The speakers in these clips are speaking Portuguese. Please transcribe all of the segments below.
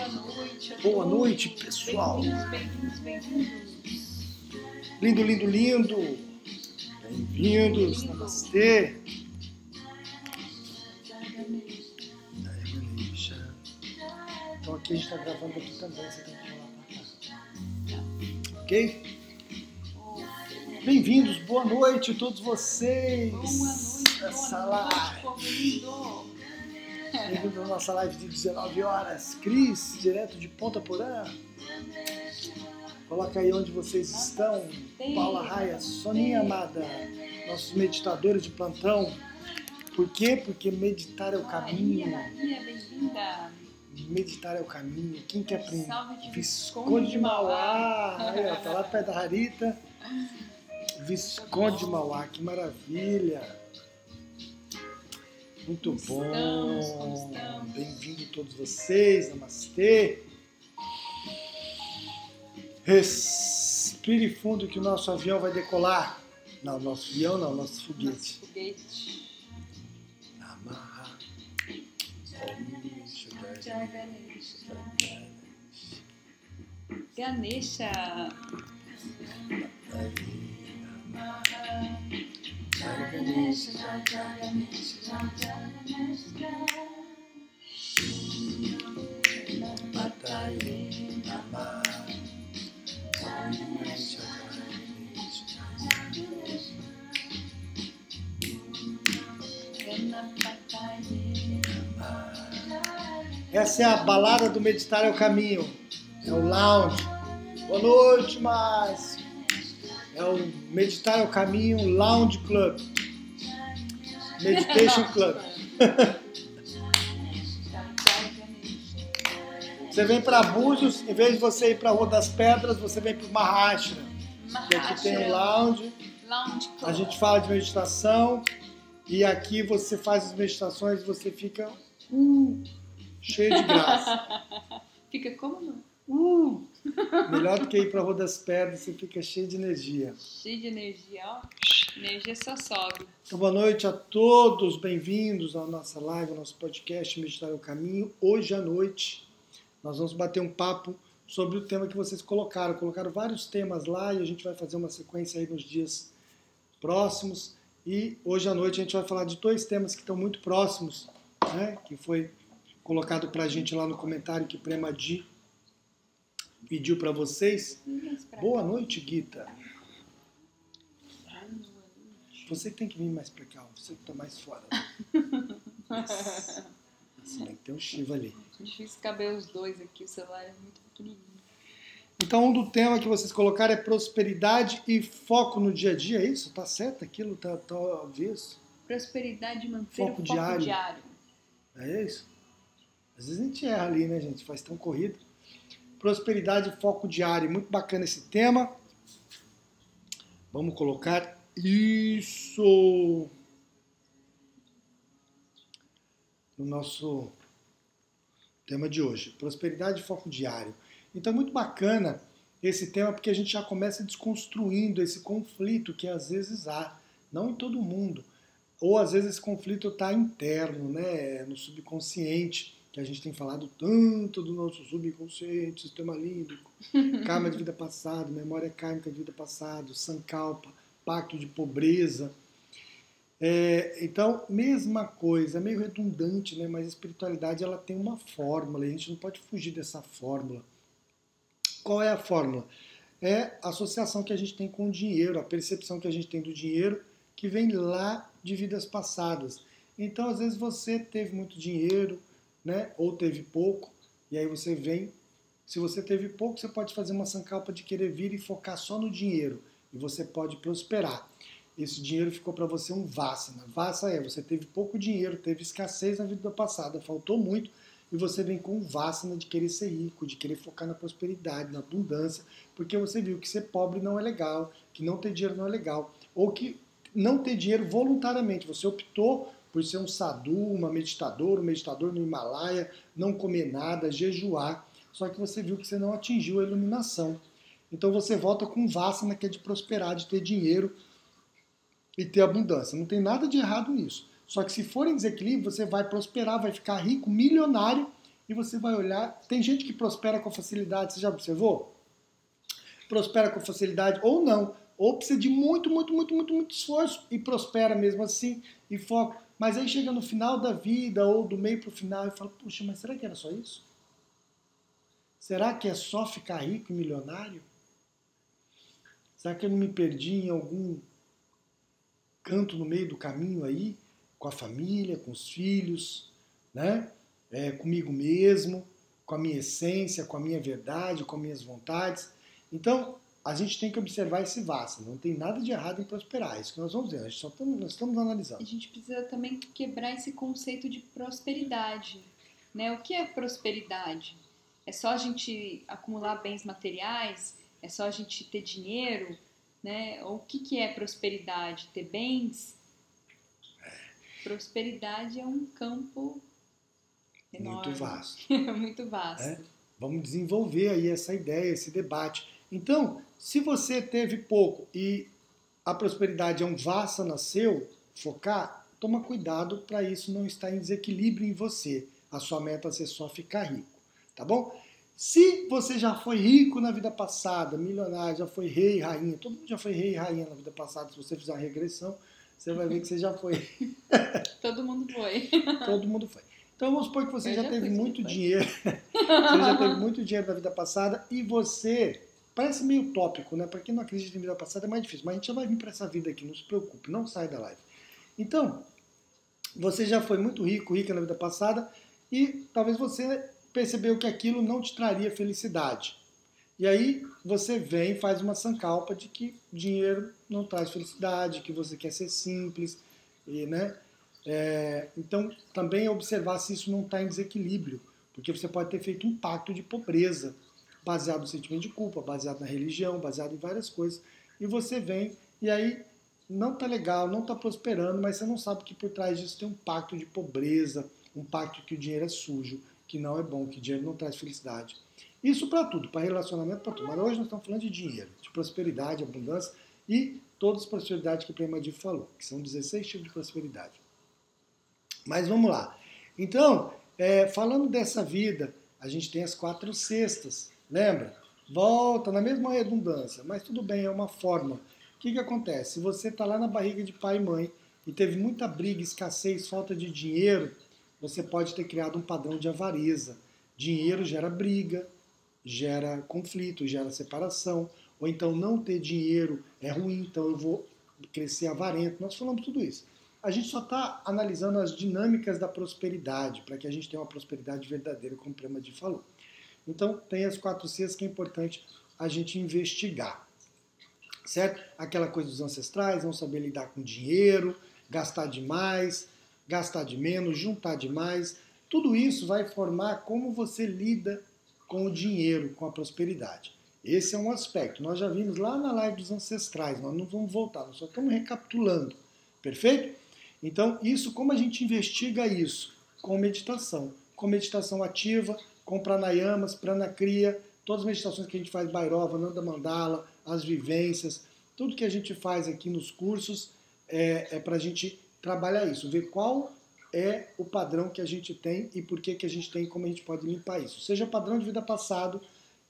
noite. Boa noite, pessoal. Bem-vindos. Lindo, lindo, lindo. Bem-vindos. Namastê. Então aqui a gente está gravando aqui também, você tem que falar pra cá. Ok? Bem-vindos, boa noite a todos vocês. Boa noite, Essa boa live. noite, povo lindo. Bem-vindos à nossa live de 19 horas. Cris, direto de Ponta Porã. Coloca aí onde vocês estão. Paula Raia, Soninha amada, nossos meditadores de plantão. Por quê? Porque meditar é o caminho. Maria, bem-vinda. Meditar é o caminho. Quem quer aprender? Salve de Visconde de Mauá. Aí, ó, tá lá perto da Rarita. Visconde de Mauá, que maravilha. Muito bom. Como estamos? Bem-vindo todos vocês. Namastê. Respire fundo que o nosso avião vai decolar. Não, nosso avião não, nosso foguete. Amarra. Ganesha. Essa é a balada do Meditar é o Caminho. É o lounge. Boa noite, Márcio. É o Meditar é o Caminho Lounge Club. Meditation Club. Você vem para Búzios, em vez de você ir para a Rua das Pedras, você vem para o Maharashtra. E aqui tem um lounge. Lounge Club. A gente fala de meditação. E aqui você faz as meditações e você fica cheio de graça. Fica como? Melhor do que ir para a Rua das Pedras, você fica cheio de energia. Cheio de energia, ó. Energia só sobe. Então, boa noite a todos, bem-vindos à nossa live, ao nosso podcast Meditar é o Caminho. Hoje à noite nós vamos bater um papo sobre o tema que vocês colocaram. Colocaram vários temas lá e a gente vai fazer uma sequência aí nos dias próximos. E hoje à noite a gente vai falar de dois temas que estão muito próximos, né? Que foi colocado pra gente lá no comentário que Premadi pediu para vocês. Boa noite, Guita. Você tem que vir mais pra cá, você que tá mais fora. Assim, tem um Shiva ali. Difícil caber os dois aqui, o celular é muito pequenininho. Então, um do tema que vocês colocaram é prosperidade e foco no dia a dia, é isso? Tá certo? Aquilo tá avesso? Prosperidade e manter Foco o foco diário. É isso? Às vezes a gente erra ali, né, gente? Faz tão corrido. Prosperidade e foco diário. Muito bacana esse tema. Vamos colocar isso no nosso tema de hoje. Prosperidade e foco diário. Então, muito bacana esse tema, porque a gente já começa desconstruindo esse conflito que às vezes há, não em todo mundo. Ou às vezes esse conflito está interno, né, no subconsciente, que a gente tem falado tanto do nosso subconsciente, sistema límbico, karma de vida passada, memória kármica de vida passada, sankalpa, pacto de pobreza. Então, mesma coisa, é meio redundante, né, mas a espiritualidade ela tem uma fórmula, e a gente não pode fugir dessa fórmula. Qual é a fórmula? É a associação que a gente tem com o dinheiro, a percepção que a gente tem do dinheiro, que vem lá de vidas passadas. Então, às vezes você teve muito dinheiro, né, ou teve pouco, e aí você vem, se você teve pouco, você pode fazer uma sankalpa de querer vir e focar só no dinheiro, e você pode prosperar. Esse dinheiro ficou para você um vasana. Vasa você teve pouco dinheiro, teve escassez na vida passada, faltou muito, e você vem com vasana de querer ser rico, de querer focar na prosperidade, na abundância, porque você viu que ser pobre não é legal, que não ter dinheiro não é legal, ou que não ter dinheiro voluntariamente, você optou por ser um sadhu, um meditador no Himalaia, não comer nada, jejuar, só que você viu que você não atingiu a iluminação. Então você volta com vasana, que é de prosperar, de ter dinheiro e ter abundância. Não tem nada de errado nisso. Só que se for em desequilíbrio, você vai prosperar, vai ficar rico, milionário, e você vai olhar. Tem gente que prospera com facilidade, você já observou? Prospera com facilidade ou não. Ou precisa de muito, muito, muito, muito, muito esforço e prospera mesmo assim e foco. Mas aí chega no final da vida ou do meio para o final e fala, puxa, mas será que era só isso? Será que é só ficar rico e milionário? Será que eu não me perdi em algum canto no meio do caminho aí, com a família, com os filhos, né? Comigo mesmo, com a minha essência, com a minha verdade, com as minhas vontades? Então, a gente tem que observar esse vaso. Não tem nada de errado em prosperar. É isso que nós vamos ver. Nós estamos analisando. A gente precisa também quebrar esse conceito de prosperidade, né? O que é prosperidade? É só a gente acumular bens materiais? É só a gente ter dinheiro? Né? Ou o que é prosperidade? Ter bens? Prosperidade é um campo enorme. Muito vasto. Muito vasto. Vamos desenvolver aí essa ideia, esse debate. Então, se você teve pouco e a prosperidade é um vassa nasceu, focar, toma cuidado para isso não estar em desequilíbrio em você. A sua meta é só ficar rico, tá bom? Se você já foi rico na vida passada, milionário, já foi rei, rainha, todo mundo já foi rei e rainha na vida passada, se você fizer uma regressão, você vai ver que você já foi. Todo mundo foi. Todo mundo foi. Então vamos supor que você já teve muito dinheiro. Você já teve muito dinheiro na vida passada e você... Parece meio utópico, né? Para quem não acredita em vida passada é mais difícil, mas a gente já vai vir para essa vida aqui, não se preocupe, não sai da live. Então, você já foi muito rico, rica na vida passada e talvez você percebeu que aquilo não te traria felicidade. E aí você vem e faz uma sankalpa de que dinheiro não traz felicidade, que você quer ser simples, e, né? Então, também observar se isso não está em desequilíbrio, porque você pode ter feito um pacto de pobreza, baseado no sentimento de culpa, baseado na religião, baseado em várias coisas, e você vem e aí não está legal, não está prosperando, mas você não sabe que por trás disso tem um pacto de pobreza, um pacto que o dinheiro é sujo, que não é bom, que o dinheiro não traz felicidade. Isso para tudo, para relacionamento, para tudo. Mas hoje nós estamos falando de dinheiro, de prosperidade, abundância e todas as prosperidades que o Prema Div falou, que são 16 tipos de prosperidade. Mas vamos lá. Então, falando dessa vida, a gente tem as 4 cestas, lembra? Volta na mesma redundância, mas tudo bem, é uma forma. O que acontece? Se você está lá na barriga de pai e mãe e teve muita briga, escassez, falta de dinheiro, você pode ter criado um padrão de avareza. Dinheiro gera briga, gera conflito, gera separação, ou então não ter dinheiro é ruim, então eu vou crescer avarento. Nós falamos tudo isso. A gente só está analisando as dinâmicas da prosperidade, para que a gente tenha uma prosperidade verdadeira, como o Prema Div falou. Então, tem as 4 Cs que é importante a gente investigar. Certo? Aquela coisa dos ancestrais, não saber lidar com dinheiro, gastar demais, gastar de menos, juntar demais. Tudo isso vai formar como você lida com o dinheiro, com a prosperidade. Esse é um aspecto. Nós já vimos lá na live dos ancestrais, nós não vamos voltar, nós só estamos recapitulando. Perfeito? Então, isso, como a gente investiga isso? Com meditação. Com meditação ativa, com pranayamas, pranakriya, todas as meditações que a gente faz, Bhairava, Nanda Mandala, as vivências, tudo que a gente faz aqui nos cursos é para a gente trabalhar isso, ver qual é o padrão que a gente tem e por que a gente tem, como a gente pode limpar isso. Seja padrão de vida passado,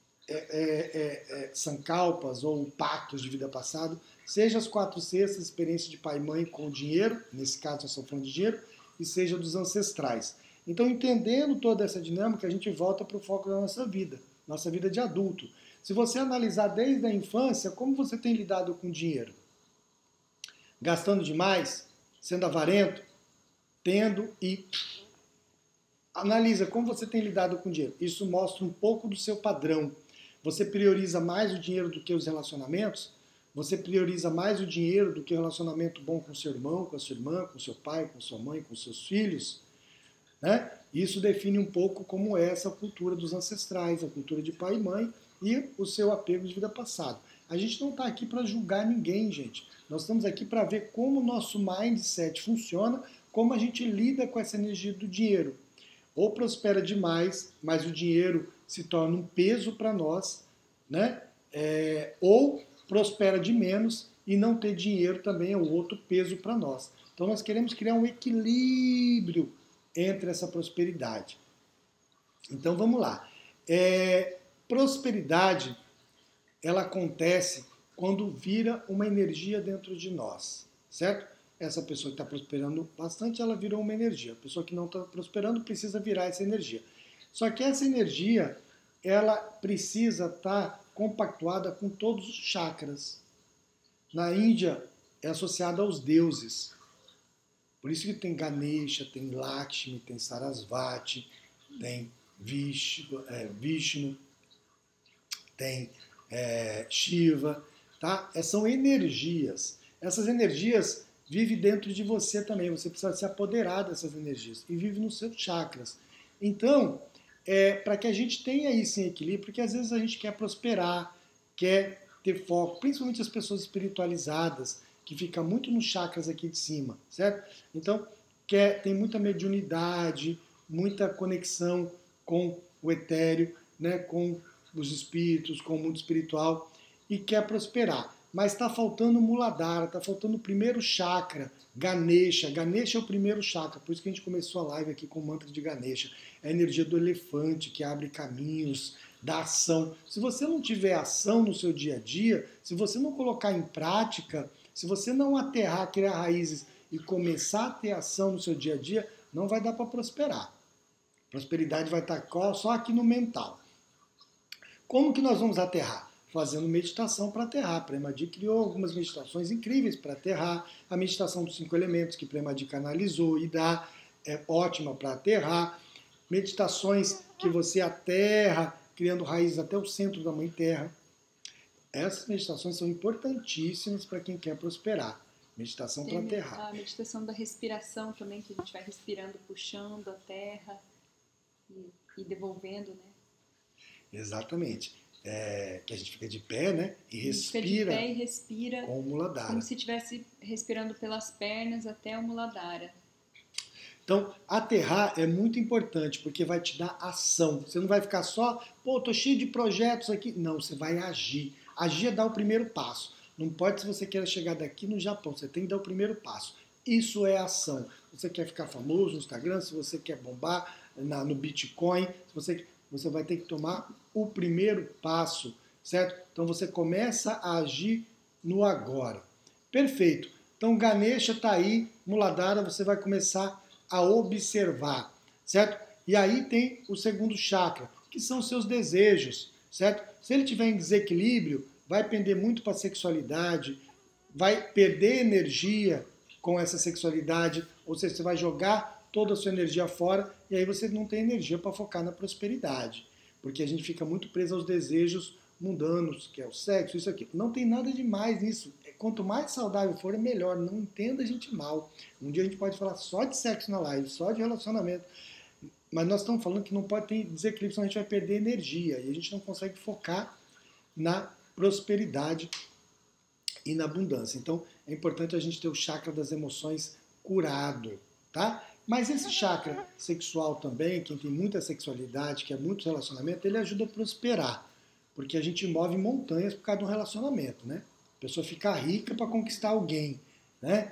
sankalpas ou pactos de vida passada, seja as 4 cestas, experiência de pai e mãe com o dinheiro, nesse caso nós estamos falando de dinheiro, e seja dos ancestrais. Então, entendendo toda essa dinâmica, a gente volta para o foco da nossa vida de adulto. Se você analisar desde a infância, como você tem lidado com o dinheiro? Gastando demais? Sendo avarento? Tendo e... Analisa como você tem lidado com o dinheiro. Isso mostra um pouco do seu padrão. Você prioriza mais o dinheiro do que os relacionamentos? Você prioriza mais o dinheiro do que o relacionamento bom com seu irmão, com a sua irmã, com seu pai, com sua mãe, com seus filhos? Né? Isso define um pouco como é essa cultura dos ancestrais, a cultura de pai e mãe e o seu apego de vida passada. A gente não está aqui para julgar ninguém, gente. Nós estamos aqui para ver como o nosso mindset funciona, como a gente lida com essa energia do dinheiro. Ou prospera demais, mas o dinheiro se torna um peso para nós, né? Ou prospera de menos e não ter dinheiro também é o outro peso para nós. Então nós queremos criar um equilíbrio entre essa prosperidade. Então vamos lá. Prosperidade, ela acontece quando vira uma energia dentro de nós, certo? Essa pessoa que está prosperando bastante, ela virou uma energia. A pessoa que não está prosperando precisa virar essa energia. Só que essa energia, ela precisa estar compactuada com todos os chakras. Na Índia, é associada aos deuses. Por isso que tem Ganesha, tem Lakshmi, tem Sarasvati, tem Vishnu, tem Shiva, tá? São energias. Essas energias vivem dentro de você também. Você precisa se apoderar dessas energias e vive nos seus chakras. Então, para que a gente tenha isso em equilíbrio, porque às vezes a gente quer prosperar, quer ter foco, principalmente as pessoas espiritualizadas, que ficam muito nos chakras aqui de cima, certo? Então, tem muita mediunidade, muita conexão com o etéreo, né, com os espíritos, com o mundo espiritual, e quer prosperar. Mas está faltando Muladhara, está faltando o primeiro chakra, Ganesha. Ganesha é o primeiro chakra, por isso que a gente começou a live aqui com o mantra de Ganesha. É a energia do elefante que abre caminhos, da ação. Se você não tiver ação no seu dia a dia, se você não colocar em prática, se você não aterrar, criar raízes e começar a ter ação no seu dia a dia, não vai dar para prosperar. Prosperidade vai estar só aqui no mental. Como que nós vamos aterrar? Fazendo meditação para aterrar. Prema-Di criou algumas meditações incríveis para aterrar. A meditação dos 5 elementos que Prema-Di canalizou e dá é ótima para aterrar. Meditações que você aterra, criando raízes até o centro da Mãe Terra. Essas meditações são importantíssimas para quem quer prosperar. Meditação para aterrar. A meditação da respiração também, que a gente vai respirando, puxando a terra e devolvendo, né? Exatamente. Que a gente fica de pé, né? E respira. Fica de pé e respira com o Muladhara. Como se estivesse respirando pelas pernas até o Muladhara. Então, aterrar é muito importante, porque vai te dar ação. Você não vai ficar só, tô cheio de projetos aqui. Não, você vai agir. Agir é dar o primeiro passo. Não importa se você quer chegar daqui no Japão, você tem que dar o primeiro passo. Isso é ação. Você quer ficar famoso no Instagram, se você quer bombar no Bitcoin, você vai ter que tomar o primeiro passo, certo? Então você começa a agir no agora. Perfeito. Então Ganesha está aí, Muladhara, você vai começar a observar, certo? E aí tem o segundo chakra, que são os seus desejos, certo? Se ele tiver em desequilíbrio, vai pender muito para a sexualidade, vai perder energia com essa sexualidade, ou seja, você vai jogar toda a sua energia fora e aí você não tem energia para focar na prosperidade, porque a gente fica muito preso aos desejos mundanos, que é o sexo, isso aqui. Não tem nada de mais nisso. Quanto mais saudável for, é melhor. Não entenda a gente mal. Um dia a gente pode falar só de sexo na live, só de relacionamento. Mas nós estamos falando que não pode ter desequilíbrio, senão a gente vai perder energia. E a gente não consegue focar na prosperidade e na abundância. Então, é importante a gente ter o chakra das emoções curado, tá? Mas esse chakra sexual também, quem tem muita sexualidade, que é muito relacionamento, ele ajuda a prosperar. Porque a gente move montanhas por causa de um relacionamento, né? A pessoa fica rica para conquistar alguém, né?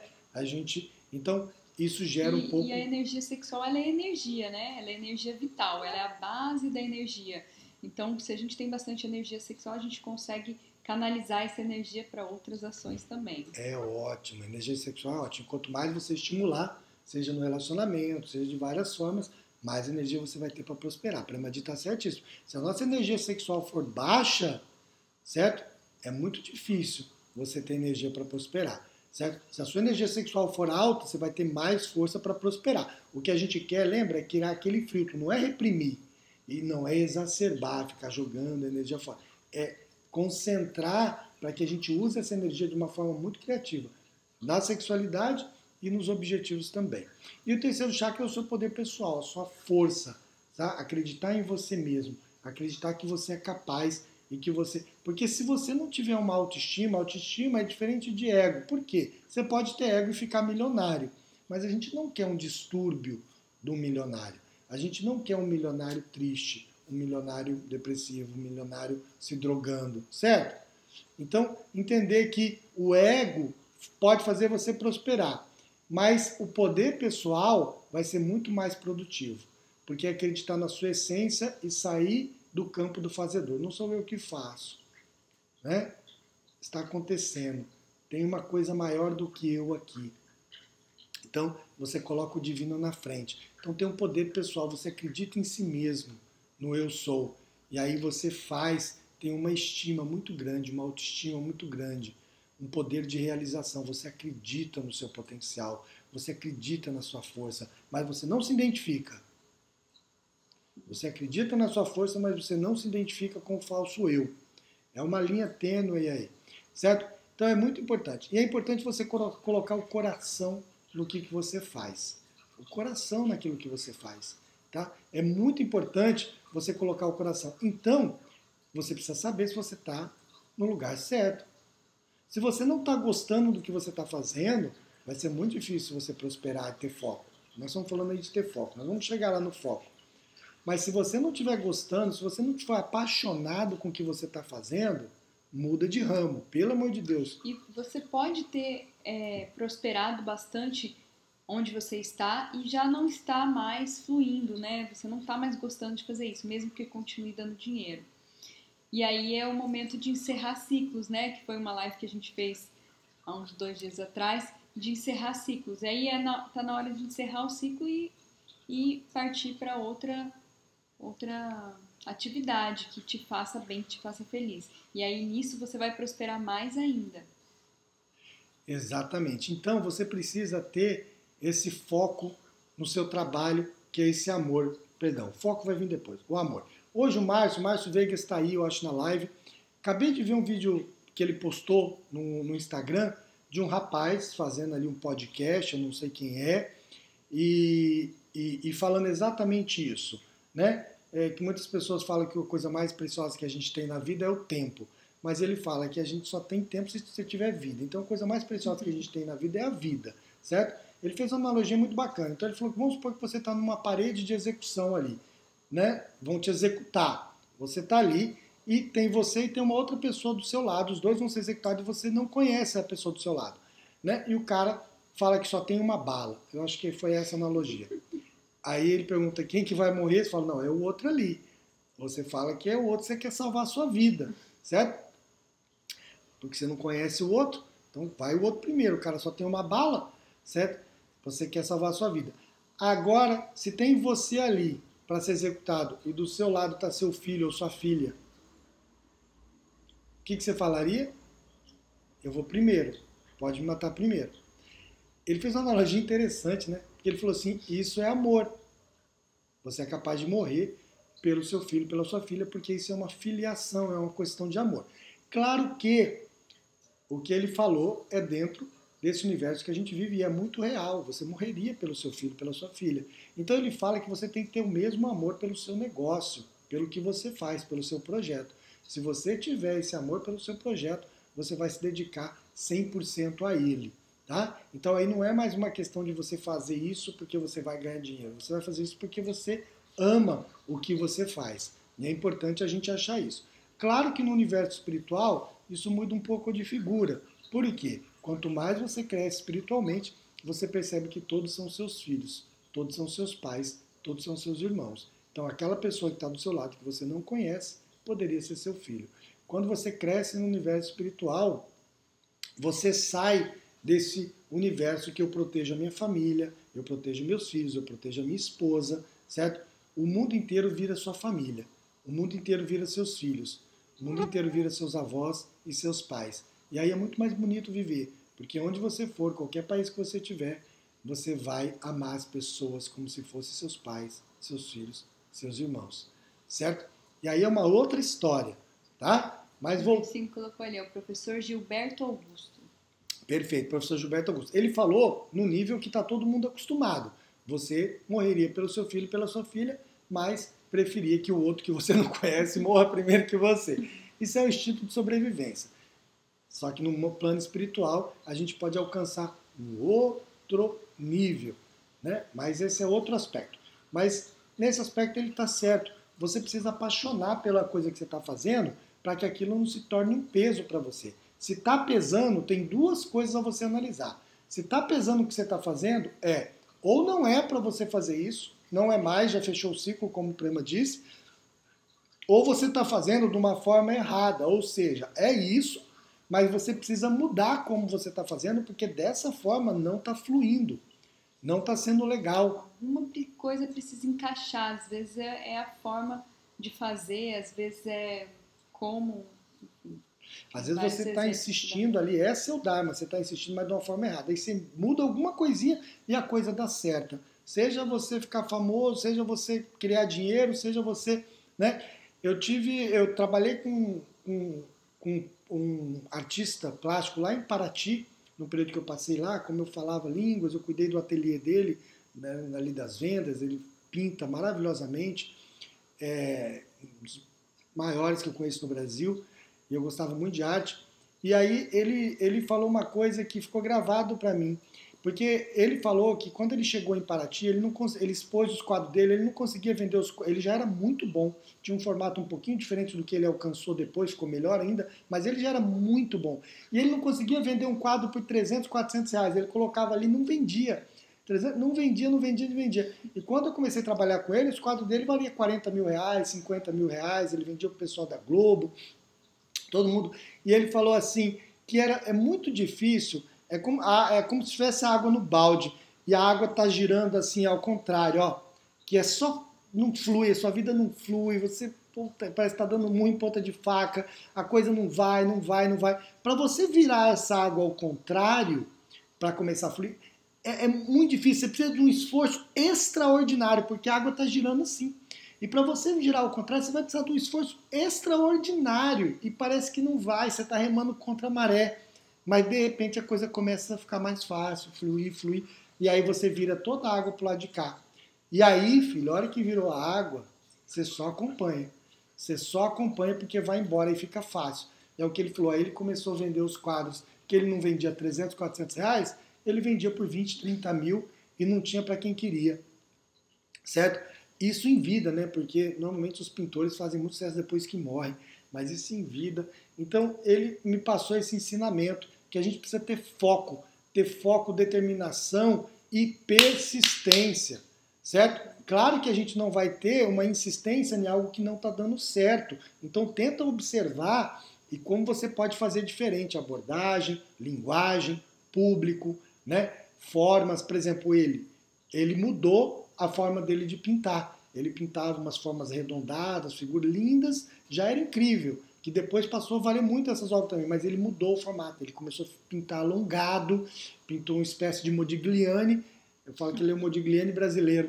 Então, isso gera um pouco... E a energia sexual, ela é energia, né? Ela é energia vital, ela é a base da energia. Então, se a gente tem bastante energia sexual, a gente consegue canalizar essa energia para outras ações também. É ótimo, a energia sexual é ótima. Quanto mais você estimular, seja no relacionamento, seja de várias formas, mais energia você vai ter para prosperar. Prema-Di está certíssimo. Se a nossa energia sexual for baixa, certo? É muito difícil você ter energia para prosperar, certo? Se a sua energia sexual for alta, você vai ter mais força para prosperar. O que a gente quer, lembra, é criar aquele filtro, não é reprimir e não é exacerbar, ficar jogando energia fora. É concentrar para que a gente use essa energia de uma forma muito criativa na sexualidade e nos objetivos também. E o terceiro chakra é o seu poder pessoal, a sua força, tá? Acreditar em você mesmo, acreditar que você é capaz e que você... Porque se você não tiver uma autoestima é diferente de ego. Por quê? Você pode ter ego e ficar milionário, mas a gente não quer um distúrbio do milionário. A gente não quer um milionário triste, um milionário depressivo, um milionário se drogando, certo? Então, entender que o ego pode fazer você prosperar, mas o poder pessoal vai ser muito mais produtivo. porque é acreditar na sua essência e sair do campo do fazedor. Não sou eu que faço, né? Está acontecendo. Tem uma coisa maior do que eu aqui. Então, você coloca o divino na frente. Então, tem um poder pessoal, você acredita em si mesmo, no eu sou. E aí você tem uma estima muito grande, uma autoestima muito grande, um poder de realização. Você acredita no seu potencial, você acredita na sua força, mas você não se identifica. Você acredita na sua força, mas você não se identifica com o falso eu. É uma linha tênue aí, certo? Então é muito importante. E é importante você colocar o coração no que você faz. O coração naquilo que você faz. Tá? É muito importante você colocar o coração. Então, você precisa saber se você está no lugar certo. Se você não está gostando do que você está fazendo, vai ser muito difícil você prosperar e ter foco. Nós estamos falando aí de ter foco. Nós vamos chegar lá no foco. Mas se você não estiver gostando, se você não estiver apaixonado com o que você está fazendo, muda de ramo, pelo amor de Deus. E você pode ter prosperado bastante onde você está e já não está mais fluindo, né? Você não está mais gostando de fazer isso, mesmo que continue dando dinheiro. E aí é o momento de encerrar ciclos, né? Que foi uma live que a gente fez há uns 2 dias atrás, de encerrar ciclos. E aí tá na hora de encerrar o ciclo e partir para outra atividade que te faça bem, que te faça feliz. E aí nisso você vai prosperar mais ainda. Exatamente. Então você precisa ter esse foco no seu trabalho, que é esse amor. Perdão, o foco vai vir depois, o amor. Hoje o Márcio Veiga está aí, eu acho, na live. Acabei de ver um vídeo que ele postou no Instagram de um rapaz fazendo ali um podcast, eu não sei quem é, e falando exatamente isso, né? Que muitas pessoas falam que a coisa mais preciosa que a gente tem na vida é o tempo. Mas ele fala que a gente só tem tempo se você tiver vida. Então a coisa mais preciosa que a gente tem na vida é a vida, certo? Ele fez uma analogia muito bacana. Então ele falou que vamos supor que você está numa parede de execução ali, né? Vão te executar. Você está ali e tem você e tem uma outra pessoa do seu lado. Os dois vão ser executados e você não conhece a pessoa do seu lado, né? E o cara fala que só tem uma bala. Eu acho que foi essa analogia. Aí ele pergunta quem que vai morrer, você fala, não, é o outro ali. Você fala que é o outro, você quer salvar a sua vida, certo? Porque você não conhece o outro, então vai o outro primeiro. O cara só tem uma bala, certo? Você quer salvar a sua vida. Agora, se tem você ali para ser executado e do seu lado está seu filho ou sua filha, o que você falaria? Eu vou primeiro, pode me matar primeiro. Ele fez uma analogia interessante, né? Porque ele falou assim, isso é amor. Você é capaz de morrer pelo seu filho, pela sua filha, porque isso é uma filiação, é uma questão de amor. Claro que o que ele falou é dentro desse universo que a gente vive e é muito real. Você morreria pelo seu filho, pela sua filha. Então ele fala que você tem que ter o mesmo amor pelo seu negócio, pelo que você faz, pelo seu projeto. Se você tiver esse amor pelo seu projeto, você vai se dedicar 100% a ele. Tá? Então aí não é mais uma questão de você fazer isso porque você vai ganhar dinheiro. Você vai fazer isso porque você ama o que você faz. E é importante a gente achar isso. Claro que no universo espiritual isso muda um pouco de figura. Por quê? Quanto mais você cresce espiritualmente, você percebe que todos são seus filhos, todos são seus pais, todos são seus irmãos. Então aquela pessoa que está do seu lado que você não conhece poderia ser seu filho. Quando você cresce no universo espiritual, você sai desse universo que eu protejo a minha família, eu protejo meus filhos, eu protejo a minha esposa, certo? O mundo inteiro vira sua família, o mundo inteiro vira seus filhos, o mundo inteiro vira seus avós e seus pais. E aí é muito mais bonito viver, porque onde você for, qualquer país que você tiver, você vai amar as pessoas como se fossem seus pais, seus filhos, seus irmãos, certo? E aí é uma outra história, tá? Mas vou... Sim, colocou ali, é o professor Gilberto Augusto. Perfeito, professor Gilberto Augusto. Ele falou no nível que está todo mundo acostumado. Você morreria pelo seu filho e pela sua filha, mas preferia que o outro que você não conhece morra primeiro que você. Isso é o instinto de sobrevivência. Só que no plano espiritual a gente pode alcançar um outro nível, né? Mas esse é outro aspecto. Mas nesse aspecto ele está certo. Você precisa apaixonar pela coisa que você está fazendo para que aquilo não se torne um peso para você. Se está pesando, tem duas coisas a você analisar. Se está pesando o que você está fazendo, ou não é para você fazer isso, não é mais, já fechou o ciclo, como o Prema disse, ou você está fazendo de uma forma errada, ou seja, é isso, mas você precisa mudar como você está fazendo, porque dessa forma não está fluindo, não está sendo legal. Alguma coisa precisa encaixar, às vezes é a forma de fazer, às vezes é como... Enfim, às vezes você está insistindo ali, é seu Dharma, você está insistindo, mas de uma forma errada. Aí você muda alguma coisinha e a coisa dá certa. Seja você ficar famoso, seja você criar dinheiro, seja você... né? Eu trabalhei com um artista plástico lá em Paraty, no período que eu passei lá, como eu falava línguas, eu cuidei do ateliê dele, né, ali das vendas, ele pinta maravilhosamente, um dos maiores que eu conheço no Brasil, e eu gostava muito de arte. E aí ele falou uma coisa que ficou gravado para mim, porque ele falou que quando ele chegou em Paraty, ele expôs os quadros dele, ele não conseguia vender ele já era muito bom, tinha um formato um pouquinho diferente do que ele alcançou depois, ficou melhor ainda, mas ele já era muito bom. E ele não conseguia vender um quadro por 300, 400 reais, ele colocava ali, não vendia. Não vendia. E quando eu comecei a trabalhar com ele, os quadros dele valiam 40 mil reais, 50 mil reais, ele vendia para o pessoal da Globo, todo mundo. E ele falou assim, que é muito difícil, é como se tivesse água no balde, e a água está girando assim ao contrário, ó, que é só, não flui, a sua vida não flui, você parece que está dando muito em ponta de faca, a coisa não vai. Para você virar essa água ao contrário, para começar a fluir, é muito difícil, você precisa de um esforço extraordinário, porque a água está girando assim. E para você girar ao contrário, você vai precisar de um esforço extraordinário. E parece que não vai, você está remando contra a maré. Mas de repente a coisa começa a ficar mais fácil, fluir. E aí você vira toda a água para o lado de cá. E aí, filho, a hora que virou a água, você só acompanha. Você só acompanha porque vai embora e fica fácil. É o que ele falou. Aí ele começou a vender os quadros que ele não vendia 300, 400 reais, ele vendia por 20, 30 mil e não tinha para quem queria. Certo? Isso em vida, né? Porque normalmente os pintores fazem muito sucesso depois que morrem, mas isso em vida. Então ele me passou esse ensinamento que a gente precisa ter foco, determinação e persistência, certo? Claro que a gente não vai ter uma insistência em algo que não está dando certo. Então tenta observar e como você pode fazer diferente, abordagem, linguagem, público, né? Formas, por exemplo, ele mudou a forma dele de pintar. Ele pintava umas formas arredondadas, figuras lindas, já era incrível, que depois passou a valer muito essas obras também, mas ele mudou o formato, ele começou a pintar alongado, pintou uma espécie de Modigliani, eu falo que ele é o Modigliani brasileiro,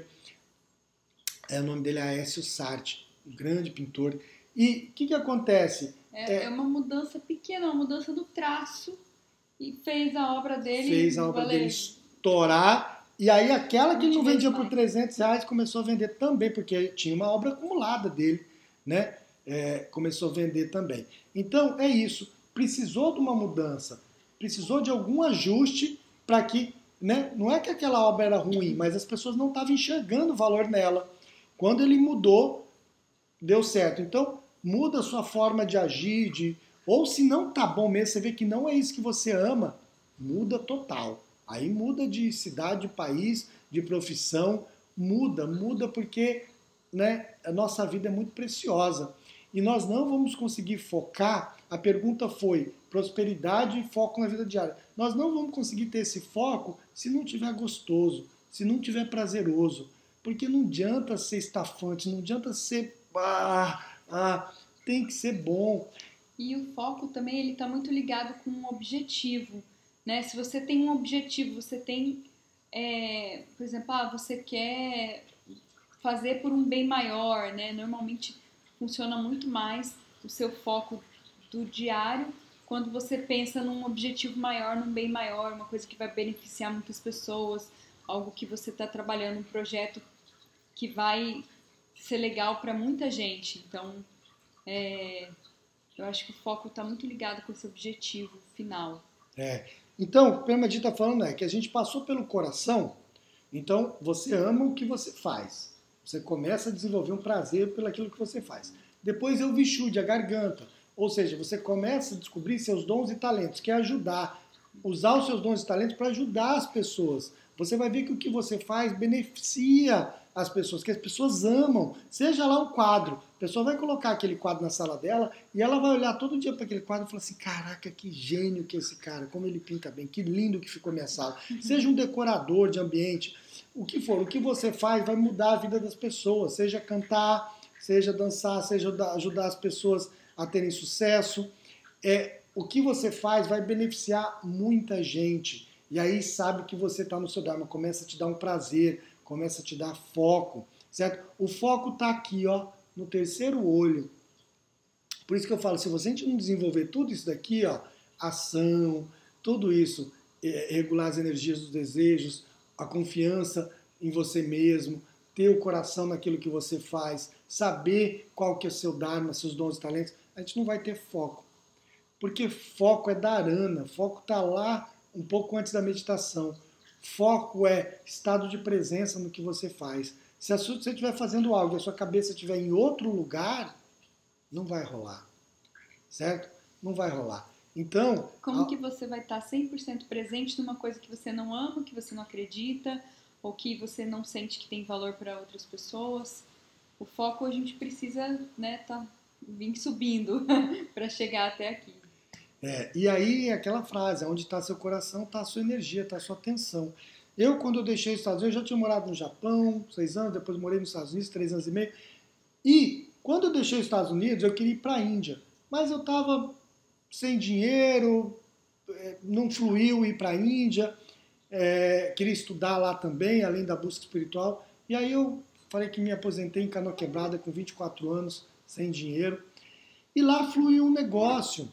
o nome dele é Aécio Sarti, um grande pintor. E o que acontece? É uma mudança pequena, uma mudança do traço, e fez a obra dele estourar. E aí aquela que ele não vendia por 300 reais começou a vender também, porque tinha uma obra acumulada dele, né? Começou a vender também. Então é isso. Precisou de uma mudança, precisou de algum ajuste para que, né? Não é que aquela obra era ruim, mas as pessoas não estavam enxergando o valor nela. Quando ele mudou, deu certo. Então muda a sua forma de agir, ou se não tá bom mesmo, você vê que não é isso que você ama, muda total. Aí muda de cidade, de país, de profissão, muda porque, né, a nossa vida é muito preciosa. E nós não vamos conseguir focar, a pergunta foi prosperidade e foco na vida diária. Nós não vamos conseguir ter esse foco se não tiver gostoso, se não tiver prazeroso. Porque não adianta ser estafante, não adianta ser... tem que ser bom. E o foco também, ele está muito ligado com um objetivo. Né? Se você tem um objetivo, você tem, por exemplo, você quer fazer por um bem maior, né? Normalmente funciona muito mais o seu foco do diário quando você pensa num objetivo maior, num bem maior, uma coisa que vai beneficiar muitas pessoas, algo que você está trabalhando, um projeto que vai ser legal para muita gente. Então, eu acho que o foco está muito ligado com esse objetivo final. Então, o que o Prema está falando é que a gente passou pelo coração, então você ama o que você faz. Você começa a desenvolver um prazer pelo aquilo que você faz. Depois é o Vishuddhi, a garganta. Ou seja, você começa a descobrir seus dons e talentos, que é ajudar, usar os seus dons e talentos para ajudar as pessoas. Você vai ver que o que você faz beneficia as pessoas, que as pessoas amam, seja lá o quadro. A pessoa vai colocar aquele quadro na sala dela e ela vai olhar todo dia para aquele quadro e falar assim, caraca, que gênio que é esse cara, como ele pinta bem, que lindo que ficou minha sala. Seja um decorador de ambiente, o que for, o que você faz vai mudar a vida das pessoas, seja cantar, seja dançar, seja ajudar as pessoas a terem sucesso. O que você faz vai beneficiar muita gente. E aí sabe que você está no seu Dharma, começa a te dar um prazer, começa a te dar foco, certo? O foco está aqui, ó, no terceiro olho. Por isso que eu falo, se você não desenvolver tudo isso daqui, ó, ação, tudo isso, regular as energias dos desejos, a confiança em você mesmo, ter o coração naquilo que você faz, saber qual que é o seu Dharma, seus dons e talentos, a gente não vai ter foco. Porque foco é dharana, foco está lá um pouco antes da meditação. Foco é estado de presença no que você faz. Se você estiver fazendo algo e a sua cabeça estiver em outro lugar, não vai rolar, certo? Não vai rolar. Então... Como que você vai estar 100% presente numa coisa que você não ama, que você não acredita, ou que você não sente que tem valor para outras pessoas? O foco a gente precisa, né, vir subindo para chegar até aqui. E aí aquela frase, onde está seu coração, está a sua energia, está a sua atenção. Quando eu deixei os Estados Unidos, eu já tinha morado no Japão, 6 anos, depois morei nos Estados Unidos, 3 anos e meio. E quando eu deixei os Estados Unidos, eu queria ir para a Índia. Mas eu estava sem dinheiro, não fluiu ir para a Índia, queria estudar lá também, além da busca espiritual. E aí eu falei que me aposentei em Canoa Quebrada com 24 anos, sem dinheiro. E lá fluiu um negócio.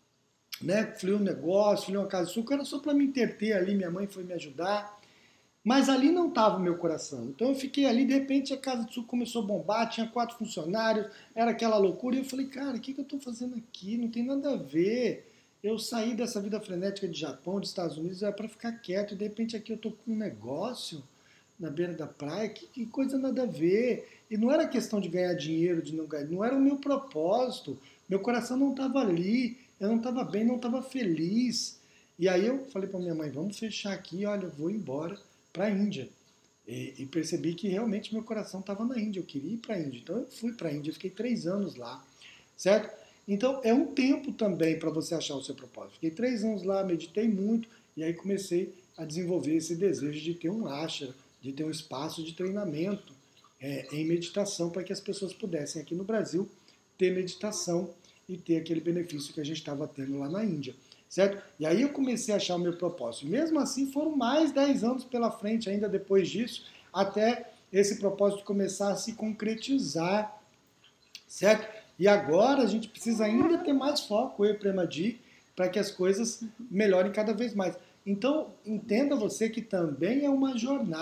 Fluiu um negócio, fluiu uma casa de açúcar, era só para me entreter ali, minha mãe foi me ajudar. Mas ali não estava o meu coração. Então eu fiquei ali, de repente a casa de suco começou a bombar, tinha 4 funcionários, era aquela loucura. E eu falei, cara, o que eu estou fazendo aqui? Não tem nada a ver. Eu saí dessa vida frenética de Japão, dos Estados Unidos, era para ficar quieto. E de repente aqui eu estou com um negócio na beira da praia, que coisa nada a ver. E não era questão de ganhar dinheiro, de não ganhar, não era o meu propósito. Meu coração não estava ali, eu não estava bem, não estava feliz. E aí eu falei para minha mãe, vamos fechar aqui, olha, eu vou embora para a Índia. E percebi que realmente meu coração estava na Índia, eu queria ir para a Índia. Então eu fui para a Índia, fiquei 3 anos lá, certo? Então é um tempo também para você achar o seu propósito. Fiquei 3 anos lá, meditei muito, e aí comecei a desenvolver esse desejo de ter um ashram, de ter um espaço de treinamento em meditação, para que as pessoas pudessem aqui no Brasil ter meditação e ter aquele benefício que a gente estava tendo lá na Índia. Certo? E aí eu comecei a achar o meu propósito. Mesmo assim, foram mais 10 anos pela frente ainda depois disso, até esse propósito começar a se concretizar, certo? E agora a gente precisa ainda ter mais foco, eu e Premadi, para que as coisas melhorem cada vez mais. Então, entenda você que também é uma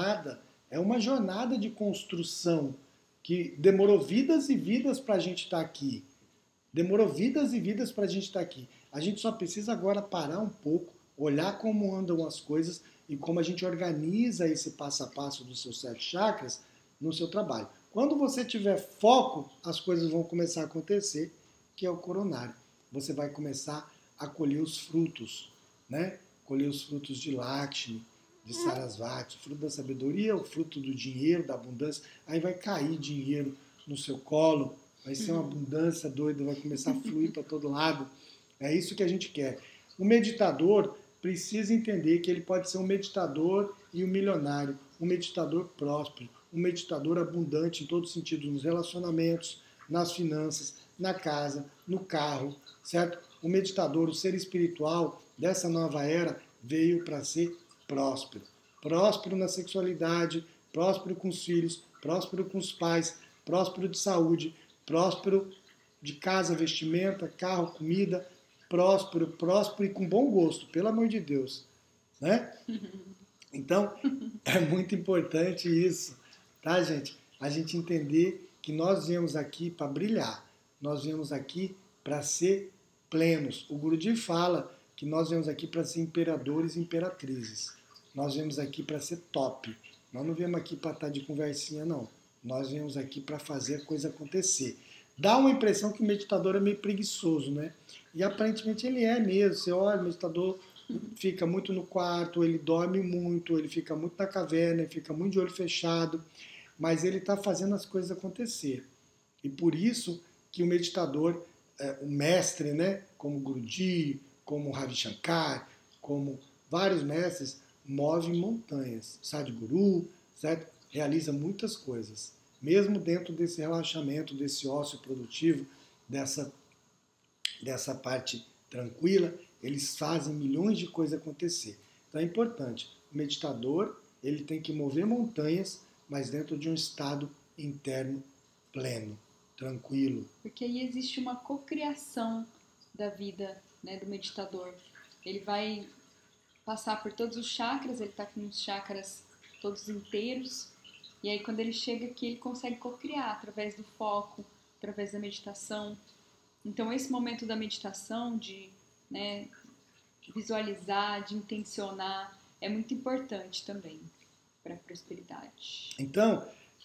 jornada de construção, que demorou vidas e vidas para a gente estar aqui. Demorou vidas e vidas para a gente estar aqui. A gente só precisa agora parar um pouco, olhar como andam as coisas e como a gente organiza esse passo a passo dos seus 7 chakras no seu trabalho. Quando você tiver foco, as coisas vão começar a acontecer, que é o coronário. Você vai começar a colher os frutos, né? Colher os frutos de Lakshmi, de Sarasvati, o fruto da sabedoria, o fruto do dinheiro, da abundância. Aí vai cair dinheiro no seu colo, vai ser uma abundância doida, vai começar a fluir para todo lado. É isso que a gente quer. O meditador precisa entender que ele pode ser um meditador e um milionário, um meditador próspero, um meditador abundante em todos os sentidos, nos relacionamentos, nas finanças, na casa, no carro, certo? O meditador, o ser espiritual dessa nova era veio para ser próspero. Próspero na sexualidade, próspero com os filhos, próspero com os pais, próspero de saúde, próspero de casa, vestimenta, carro, comida, próspero e com bom gosto, pelo amor de Deus, né? Então, é muito importante isso, tá, gente? A gente entender que nós viemos aqui para brilhar, nós viemos aqui para ser plenos. O Guruji fala que nós viemos aqui para ser imperadores e imperatrizes. Nós viemos aqui para ser top. Nós não viemos aqui para estar de conversinha, não. Nós viemos aqui para fazer a coisa acontecer. Dá uma impressão que o meditador é meio preguiçoso, né? E aparentemente ele é mesmo. Você olha, o meditador fica muito no quarto, ele dorme muito, ele fica muito na caverna, ele fica muito de olho fechado. mas ele está fazendo as coisas acontecer. E por isso que o meditador, o mestre, né, como Guruji, como Ravi Shankar, como vários mestres, move montanhas. Sadhguru, certo? Realiza muitas coisas. Mesmo dentro desse relaxamento, desse ócio produtivo, dessa parte tranquila, eles fazem milhões de coisas acontecer. Então é importante. O meditador, ele tem que mover montanhas, mas dentro de um estado interno pleno, tranquilo. Porque aí existe uma cocriação da vida, né, do meditador. Ele vai passar por todos os chakras, ele está com os chakras todos inteiros, e aí quando ele chega aqui, ele consegue cocriar através do foco, através da meditação. Então esse momento da meditação, de, né, visualizar, de intencionar, é muito importante também para a prosperidade. Então,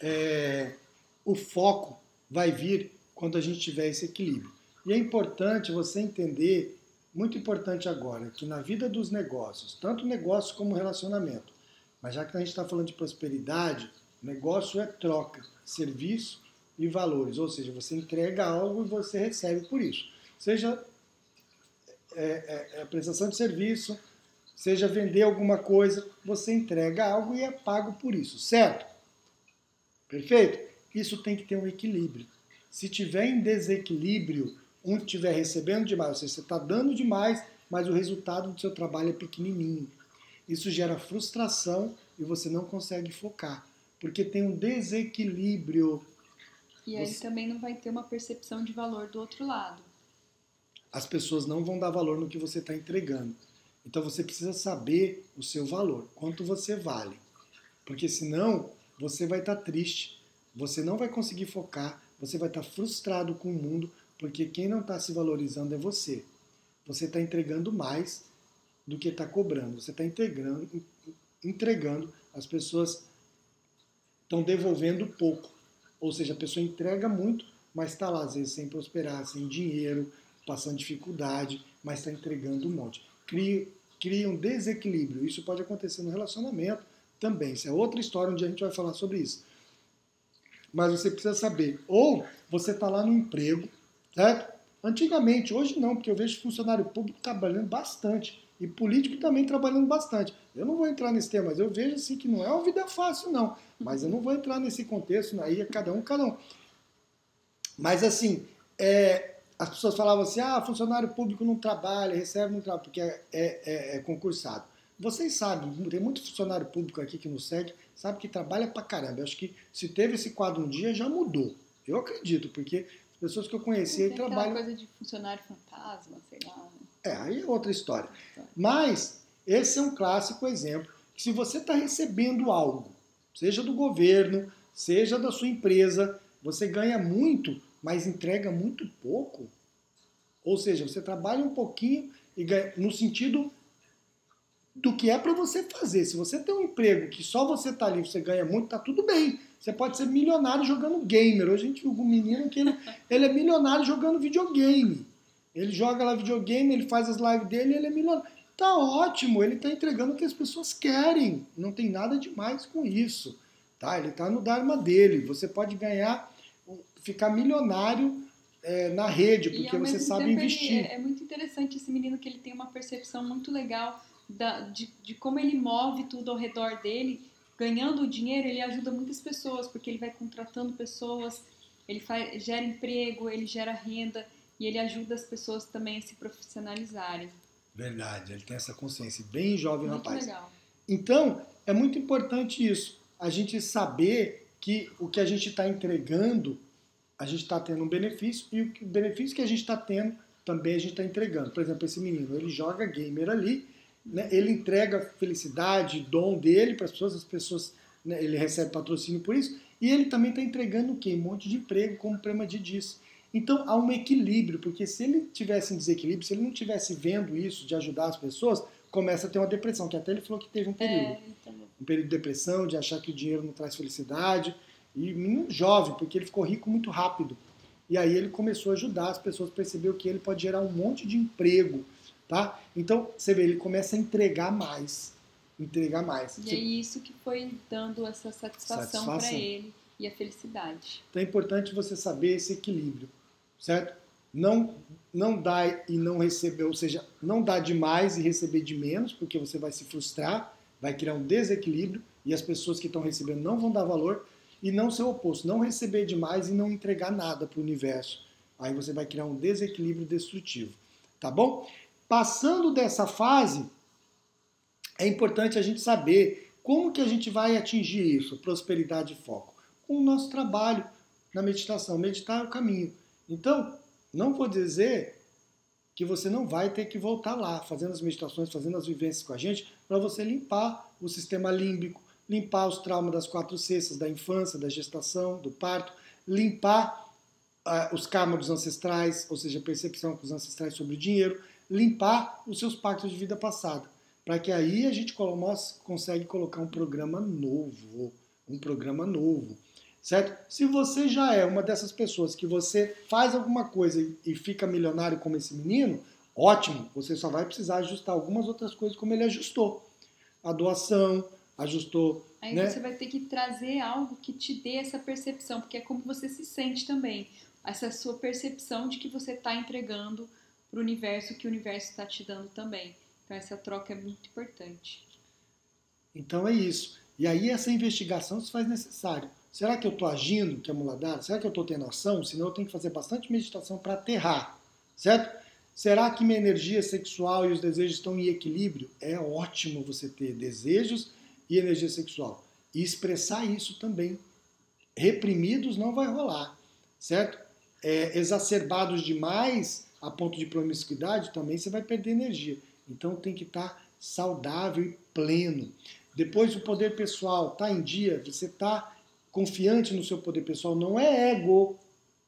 o foco vai vir quando a gente tiver esse equilíbrio. E é importante você entender, muito importante agora, que na vida dos negócios, tanto negócio como relacionamento, mas já que a gente está falando de prosperidade, negócio é troca, serviço e valores, ou seja, você entrega algo e você recebe por isso. Seja prestação de serviço, seja vender alguma coisa, você entrega algo e é pago por isso, certo? Perfeito? Isso tem que ter um equilíbrio. Se tiver em desequilíbrio, um estiver recebendo demais, ou seja, você está dando demais, mas o resultado do seu trabalho é pequenininho. Isso gera frustração e você não consegue focar, porque tem um desequilíbrio. E aí também não vai ter uma percepção de valor do outro lado. As pessoas não vão dar valor no que você está entregando. Então você precisa saber o seu valor, quanto você vale. Porque senão você vai estar triste, você não vai conseguir focar, você vai estar frustrado com o mundo, porque quem não está se valorizando é você. Você está entregando mais do que está cobrando. Você está entregando, as pessoas estão devolvendo pouco. Ou seja, a pessoa entrega muito, mas está lá, às vezes, sem prosperar, sem dinheiro, passando dificuldade, mas está entregando um monte. Cria um desequilíbrio. Isso pode acontecer no relacionamento também. Isso é outra história, onde a gente vai falar sobre isso. Mas você precisa saber. Ou você está lá no emprego, certo? Antigamente, hoje não, porque eu vejo funcionário público trabalhando bastante. E político também trabalhando bastante. Eu não vou entrar nesse tema, mas eu vejo assim que não é uma vida fácil, não. Mas eu não vou entrar nesse contexto, aí é cada um. Mas assim, as pessoas falavam assim, funcionário público não trabalha, recebe não trabalha, porque é concursado. Vocês sabem, tem muito funcionário público aqui que nos segue, sabe que trabalha pra caramba. Eu acho que se teve esse quadro um dia, já mudou. Eu acredito, porque as pessoas que eu conheci trabalham... Tem coisa de funcionário fantasma, sei lá. Aí é outra história. Mas esse é um clássico exemplo que se você está recebendo algo, seja do governo, seja da sua empresa, você ganha muito, mas entrega muito pouco. Ou seja, você trabalha um pouquinho e ganha, no sentido do que é para você fazer. Se você tem um emprego que só você está ali, você ganha muito, tá tudo bem. Você pode ser milionário jogando gamer. Hoje a gente viu um menino que ele é milionário jogando videogame. Ele joga lá videogame, ele faz as lives dele e ele é milionário. Tá ótimo, ele tá entregando o que as pessoas querem. Não tem nada demais com isso. Tá? Ele tá no dharma dele. Você pode ganhar, ficar milionário na rede, porque você sabe investir. É muito interessante esse menino, que ele tem uma percepção muito legal de como ele move tudo ao redor dele. Ganhando o dinheiro, ele ajuda muitas pessoas, porque ele vai contratando pessoas, ele gera emprego, ele gera renda, e ele ajuda as pessoas também a se profissionalizarem. Verdade, ele tem essa consciência. Bem jovem, muito rapaz. Legal. Então, é muito importante isso. A gente saber que o que a gente está entregando, a gente está tendo um benefício, e o benefício que a gente está tendo, também a gente está entregando. Por exemplo, esse menino, ele joga gamer ali, né, ele entrega felicidade, dom dele para as pessoas, né, ele recebe patrocínio por isso, e ele também está entregando o quê? Um monte de emprego, como o Prema disse. Então há um equilíbrio, porque se ele tivesse em desequilíbrio, se ele não estivesse vendo isso de ajudar as pessoas, começa a ter uma depressão, que até ele falou que teve um período. Um período de depressão, de achar que o dinheiro não traz felicidade, e menino jovem, porque ele ficou rico muito rápido. E aí ele começou a ajudar as pessoas, percebeu que ele pode gerar um monte de emprego, tá? Então, você vê, ele começa a entregar mais. E é isso que foi dando essa satisfação para ele. e a felicidade. Então é importante você saber esse equilíbrio, certo? Não dar e não receber, ou seja, não dar demais e receber de menos, porque você vai se frustrar, vai criar um desequilíbrio e as pessoas que estão recebendo não vão dar valor, e não ser o oposto, não receber demais e não entregar nada para o universo. Aí você vai criar um desequilíbrio destrutivo, tá bom? Passando dessa fase, é importante a gente saber como que a gente vai atingir isso, prosperidade e foco, com o nosso trabalho na meditação. Meditar é o caminho. Então, não vou dizer que você não vai ter que voltar lá, fazendo as meditações, fazendo as vivências com a gente, para você limpar o sistema límbico, limpar os traumas das 4 cestas, da infância, da gestação, do parto, limpar os karmas dos ancestrais, ou seja, a percepção com os ancestrais sobre o dinheiro, limpar os seus pactos de vida passada, para que aí a gente consegue colocar um programa novo, certo? Se você já é uma dessas pessoas que você faz alguma coisa e fica milionário como esse menino, ótimo, você só vai precisar ajustar algumas outras coisas como ele ajustou. A doação, ajustou... Aí né? você vai ter que trazer algo que te dê essa percepção, porque é como você se sente também. Essa sua percepção de que você está entregando para o universo que o universo está te dando também. Então essa troca é muito importante. Então é isso. E aí essa investigação se faz necessário. Será que eu estou agindo, que é muladar? Será que eu estou tendo ação? Senão eu tenho que fazer bastante meditação para aterrar, certo? Será que minha energia sexual e os desejos estão em equilíbrio? É ótimo você ter desejos e energia sexual. E expressar isso também. Reprimidos não vai rolar, certo? Exacerbados demais a ponto de promiscuidade, também você vai perder energia. Então tem que estar saudável e pleno. Depois o poder pessoal está em dia, você está confiante no seu poder pessoal, não é ego,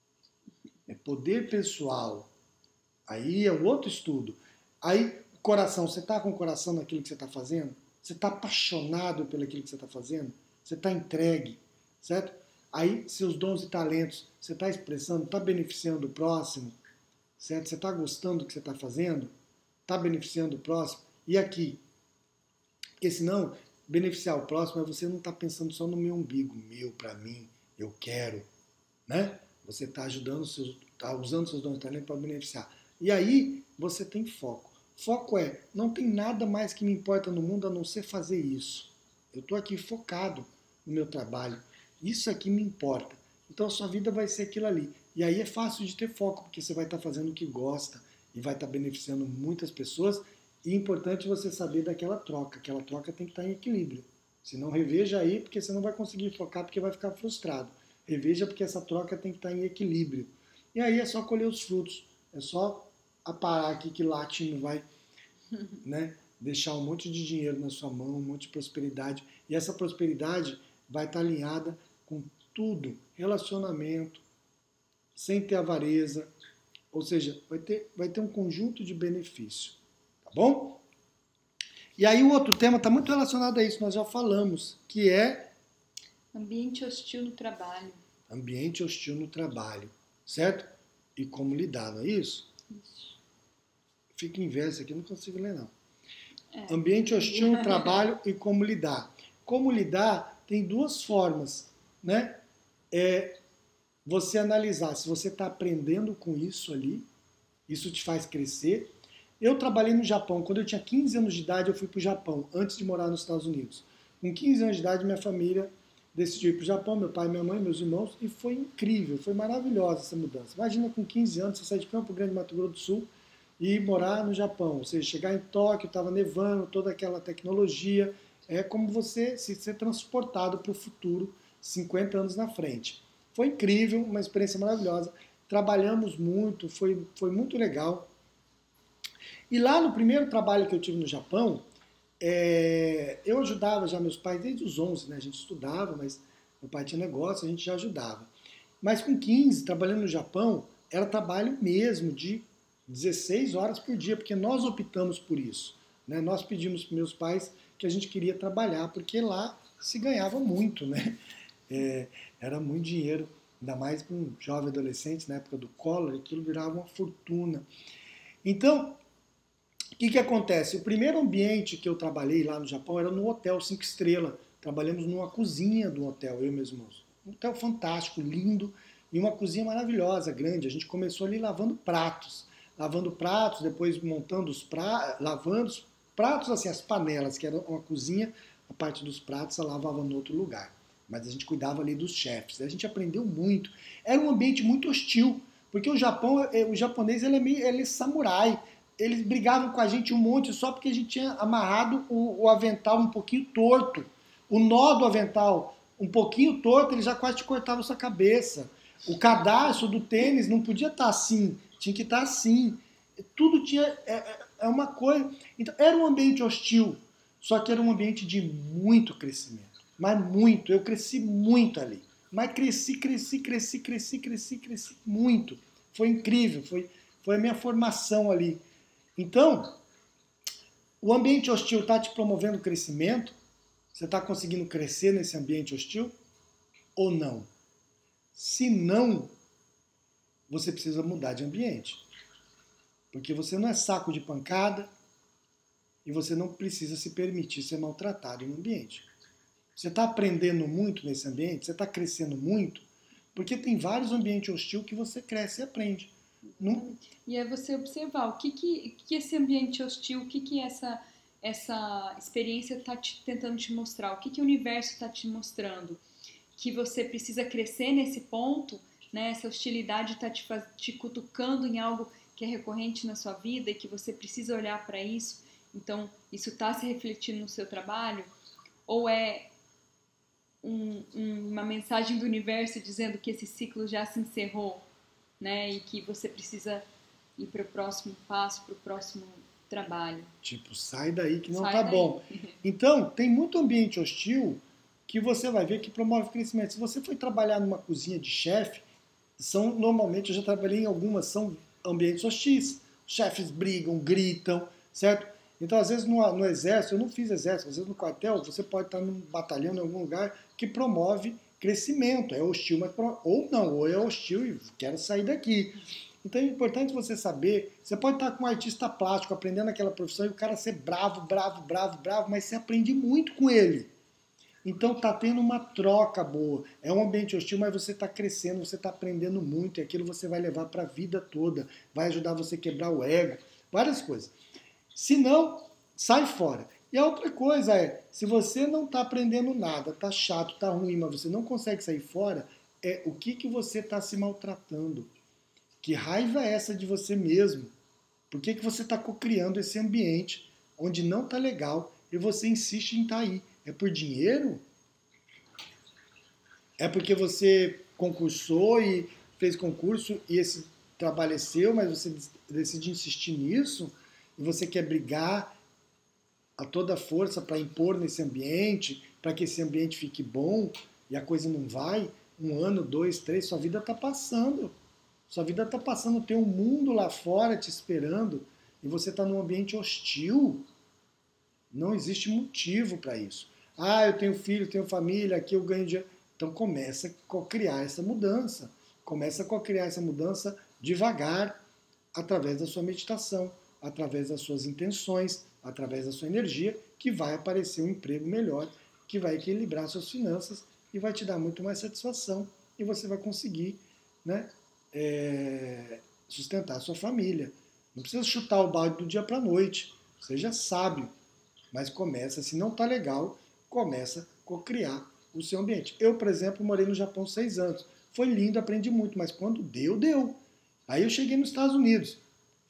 é poder pessoal. Aí é um outro estudo. Aí o coração, você está com o coração naquilo que você está fazendo? Você está apaixonado pelo aquilo que você está fazendo? Você está entregue, certo? Aí seus dons e talentos, você está expressando, está beneficiando o próximo, certo? Você está gostando do que você está fazendo? Está beneficiando o próximo? E aqui? Porque senão, beneficiar o próximo é você não estar pensando só no meu umbigo, meu, para mim, eu quero, né? Você está ajudando, está usando seus dons e talentos para beneficiar. E aí, você tem foco. Foco é, não tem nada mais que me importa no mundo a não ser fazer isso. Eu estou aqui focado no meu trabalho. Isso aqui me importa. Então a sua vida vai ser aquilo ali. E aí é fácil de ter foco, porque você vai estar fazendo o que gosta e vai estar beneficiando muitas pessoas. E é importante você saber daquela troca. Aquela troca tem que estar em equilíbrio. Se não, reveja aí, porque você não vai conseguir focar, porque vai ficar frustrado. Reveja, porque essa troca tem que estar em equilíbrio. E aí é só colher os frutos. É só aparar aqui que Latimer vai, né, deixar um monte de dinheiro na sua mão, um monte de prosperidade. E essa prosperidade vai estar alinhada com tudo. Relacionamento, sem ter avareza. Ou seja, vai ter um conjunto de benefícios. Tá bom? E aí o outro tema está muito relacionado a isso, nós já falamos, que é ambiente hostil no trabalho. Ambiente hostil no trabalho, certo? E como lidar, não é isso? Isso. Fica inverso aqui, não consigo ler não. Ambiente hostil no trabalho e como lidar. Como lidar tem 2 formas, né? Você analisar se você está aprendendo com isso ali, isso te faz crescer. Eu trabalhei no Japão. Quando eu tinha 15 anos de idade, eu fui para o Japão, antes de morar nos Estados Unidos. Com 15 anos de idade, minha família decidiu ir para o Japão, meu pai, minha mãe, meus irmãos, e foi incrível, foi maravilhosa essa mudança. Imagina com 15 anos, você sair de Campo Grande, Mato Grosso do Sul, e morar no Japão. Ou seja, chegar em Tóquio, estava nevando, toda aquela tecnologia. É como você ser transportado para o futuro 50 anos na frente. Foi incrível, uma experiência maravilhosa. Trabalhamos muito, foi muito legal. E lá no primeiro trabalho que eu tive no Japão, eu ajudava já meus pais desde os 11, né? A gente estudava, mas meu pai tinha negócio, a gente já ajudava. Mas com 15, trabalhando no Japão, era trabalho mesmo de 16 horas por dia, porque nós optamos por isso, né? Nós pedimos para meus pais que a gente queria trabalhar, porque lá se ganhava muito, né? Era muito dinheiro, ainda mais para um jovem adolescente, na época do Collor, aquilo virava uma fortuna. Então, o que acontece? O primeiro ambiente que eu trabalhei lá no Japão era no hotel 5 estrelas. Trabalhamos numa cozinha do hotel, eu e meus irmãos. hotel fantástico, lindo, e uma cozinha maravilhosa, grande. A gente começou ali lavando pratos, depois montando lavando os pratos, assim, as panelas, que era uma cozinha, a parte dos pratos ela lavava no outro lugar. Mas a gente cuidava ali dos chefes. A gente aprendeu muito. Era um ambiente muito hostil, porque o Japão, o japonês, ele é samurai. Eles brigavam com a gente um monte só porque a gente tinha amarrado o avental um pouquinho torto. O nó do avental um pouquinho torto, ele já quase te cortava a sua cabeça. O cadarço do tênis não podia estar assim, tinha que estar assim. Tudo tinha... É uma coisa... Então, era um ambiente hostil, só que era um ambiente de muito crescimento. Mas muito. Eu cresci muito ali. Mas cresci muito. Foi incrível. Foi a minha formação ali. Então, o ambiente hostil está te promovendo crescimento? Você está conseguindo crescer nesse ambiente hostil? Ou não? Se não, você precisa mudar de ambiente. Porque você não é saco de pancada e você não precisa se permitir ser maltratado no ambiente. Você está aprendendo muito nesse ambiente, você está crescendo muito, porque tem vários ambientes hostis que você cresce e aprende. Não? E é você observar o que esse ambiente hostil, o que essa experiência está tentando te mostrar, o que o universo está te mostrando. Que você precisa crescer nesse ponto, né? Essa hostilidade está te cutucando em algo que é recorrente na sua vida e que você precisa olhar para isso. Então, isso está se refletindo no seu trabalho? Ou é uma mensagem do universo dizendo que esse ciclo já se encerrou, né? E que você precisa ir para o próximo passo, para o próximo trabalho. Tipo, sai daí que não tá bom. Então, tem muito ambiente hostil que você vai ver que promove crescimento. Se você foi trabalhar numa cozinha de chefe, normalmente, eu já trabalhei em algumas, são ambientes hostis. Os chefes brigam, gritam, certo? Então, às vezes, no exército, eu não fiz exército, às vezes no quartel, você pode estar num batalhão, em algum lugar, que promove crescimento. É hostil, mas ou não, ou é hostil e quero sair daqui. Então é importante você saber, você pode estar com um artista plástico, aprendendo aquela profissão, e o cara ser bravo, mas você aprende muito com ele. Então tá tendo uma troca boa. É um ambiente hostil, mas você está crescendo, você está aprendendo muito, e aquilo você vai levar para a vida toda, vai ajudar você a quebrar o ego, várias coisas. Se não, sai fora. E a outra coisa é, se você não está aprendendo nada, tá chato, tá ruim, mas você não consegue sair fora, é o que você está se maltratando. Que raiva é essa de você mesmo? Por que você está cocriando esse ambiente onde não está legal e você insiste em estar aí? É por dinheiro? É porque você concursou e fez concurso e esse trabalho é seu, mas você decide insistir nisso? E você quer brigar a toda força para impor nesse ambiente, para que esse ambiente fique bom e a coisa não vai? 1 ano, 2, 3, sua vida está passando. Sua vida está passando, tem um mundo lá fora te esperando e você está num ambiente hostil. Não existe motivo para isso. Ah, eu tenho filho, tenho família, aqui eu ganho dinheiro. Então começa a criar essa mudança. Começa a criar essa mudança devagar, através da sua meditação, através das suas intenções, através da sua energia, que vai aparecer um emprego melhor, que vai equilibrar suas finanças e vai te dar muito mais satisfação e você vai conseguir, né, sustentar a sua família. Não precisa chutar o balde do dia para a noite. Seja sábio. Mas começa, se não está legal, começa a criar o seu ambiente. Eu, por exemplo, morei no Japão 6 anos. Foi lindo, aprendi muito, mas quando deu. Aí eu cheguei nos Estados Unidos.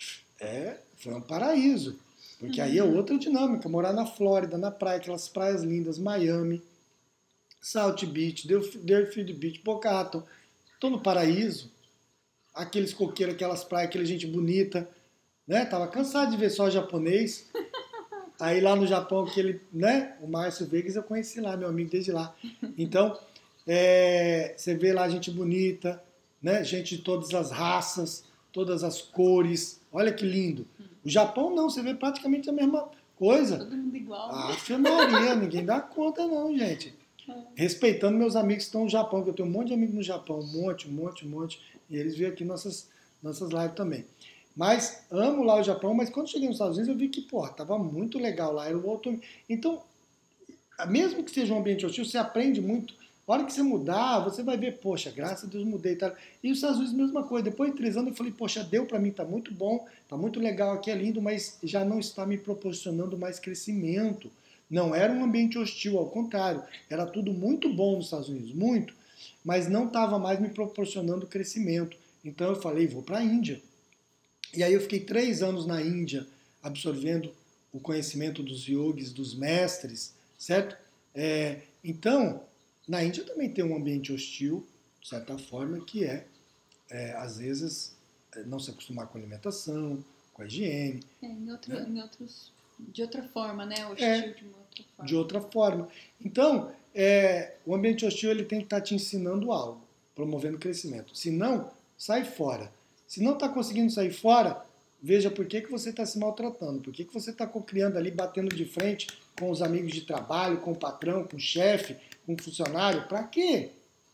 Foi um paraíso. Porque aí é outra dinâmica. Morar na Flórida, na praia, aquelas praias lindas, Miami, South Beach, Deerfield Beach, Boca Raton. Estou no paraíso. Aqueles coqueiros, aquelas praias, aquela gente bonita. Né? Tava cansado de ver só japonês. Aí lá no Japão, o Márcio Vegas eu conheci lá, meu amigo desde lá. Então, você vê lá gente bonita, né? Gente de todas as raças, todas as cores. Olha que lindo. O Japão não, você vê praticamente a mesma coisa. Todo mundo igual. Ave Maria, ninguém dá conta não, gente. Respeitando meus amigos que estão no Japão, que eu tenho um monte de amigos no Japão, um monte. E eles vêm aqui nossas lives também. Mas amo lá o Japão, mas quando cheguei nos Estados Unidos eu vi que, tava muito legal lá, era o outro. Então, mesmo que seja um ambiente hostil, você aprende muito A hora que você mudar, você vai ver, poxa, graças a Deus mudei. Tá? E os Estados Unidos, mesma coisa. Depois de 3 anos, eu falei, poxa, deu para mim, tá muito bom, tá muito legal aqui, é lindo, mas já não está me proporcionando mais crescimento. Não era um ambiente hostil, ao contrário, era tudo muito bom nos Estados Unidos, muito, mas não estava mais me proporcionando crescimento. Então eu falei, vou para a Índia. E aí eu fiquei 3 anos na Índia, absorvendo o conhecimento dos yogis, dos mestres, certo? Então, na Índia também tem um ambiente hostil, de certa forma, que às vezes, não se acostumar com a alimentação, com a higiene. Né? De outra forma, né? Hostil de uma outra forma. De outra forma. Então, o ambiente hostil ele tem que estar te ensinando algo, promovendo crescimento. Se não, sai fora. Se não está conseguindo sair fora, veja por que você está se maltratando, por que você está criando ali, batendo de frente com os amigos de trabalho, com o patrão, com o chefe, com o funcionário. Para quê?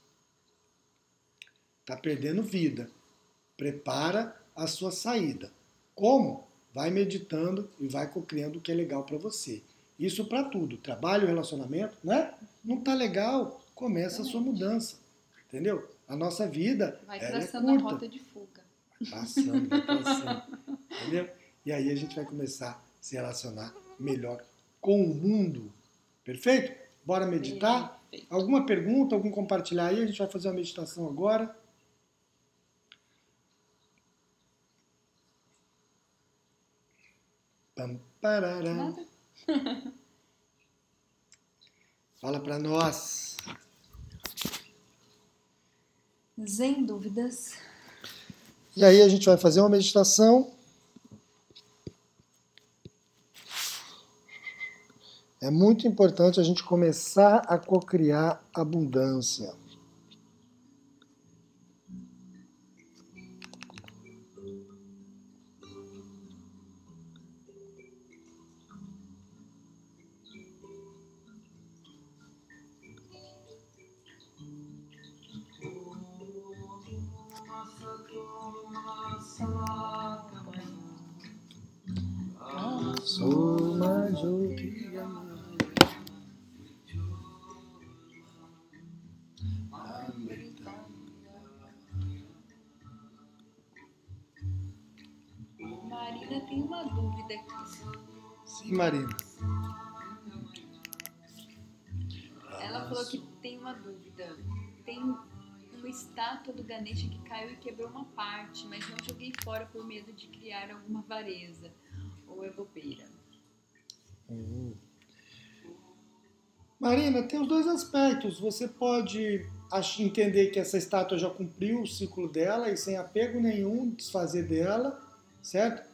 Está perdendo vida. Prepara a sua saída. Como? Vai meditando e vai criando o que é legal para você. Isso para tudo. Trabalho, relacionamento, né? Não está legal, começa a sua mudança. Entendeu? A nossa vida vai traçando a rota de fuga. Vai traçando. Entendeu? E aí a gente vai começar a se relacionar melhor com o mundo. Perfeito? Bora meditar? Perfeito. Alguma pergunta, algum compartilhar aí? A gente vai fazer uma meditação agora. Pam, parará. Fala para nós. Sem dúvidas. E aí a gente vai fazer uma meditação. É muito importante a gente começar a cocriar abundância. Soma Jyoti Marina tem uma dúvida aqui. Sim, Marina. Ela falou que tem uma dúvida. Tem uma estátua do Ganesha que caiu e quebrou uma parte, mas não joguei fora por medo de criar alguma avareza ou é bobeira. Marina, tem os dois aspectos. Você pode entender que essa estátua já cumpriu o ciclo dela e sem apego nenhum desfazer dela, certo?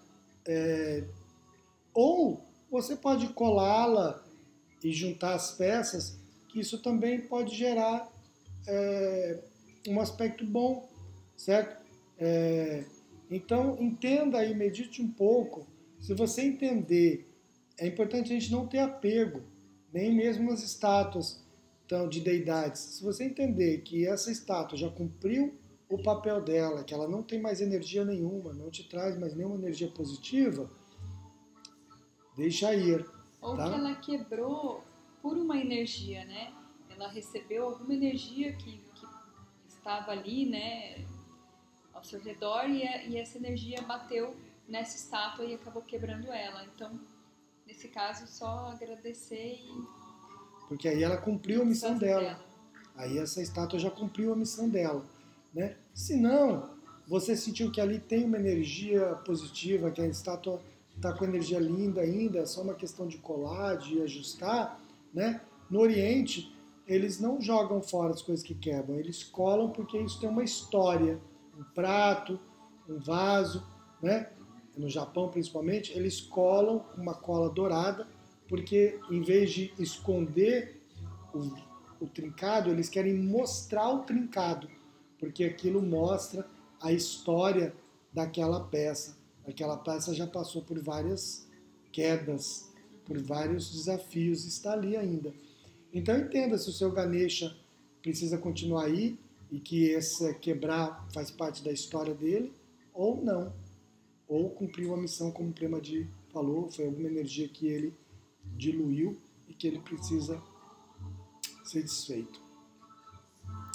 Ou você pode colá-la e juntar as peças, que isso também pode gerar um aspecto bom, certo? Então, entenda e medite um pouco. Se você entender, é importante a gente não ter apego, nem mesmo nas estátuas de deidades. Se você entender que essa estátua já cumpriu o papel dela, que ela não tem mais energia nenhuma, não te traz mais nenhuma energia positiva, deixa ir. Ou tá? que ela quebrou por uma energia, né? Ela recebeu alguma energia que estava ali, né, ao seu redor e essa energia bateu nessa estátua e acabou quebrando ela. Então, nesse caso, só agradecer e... Porque aí ela cumpriu a missão dela. Aí essa estátua já cumpriu a missão dela. Né? Se não, você sentiu que ali tem uma energia positiva, que a estátua está com energia linda ainda, é só uma questão de colar, de ajustar, né? No Oriente, eles não jogam fora as coisas que quebram, eles colam porque isso tem uma história. Um prato, um vaso, né? No Japão principalmente, eles colam com uma cola dourada, porque em vez de esconder o trincado, eles querem mostrar o trincado, porque aquilo mostra a história daquela peça. Aquela peça já passou por várias quedas, por vários desafios, está ali ainda. Então entenda se o seu Ganesha precisa continuar aí e que esse quebrar faz parte da história dele, ou não. Ou cumpriu a missão, como o Premadi falou, foi alguma energia que ele diluiu e que ele precisa ser desfeito.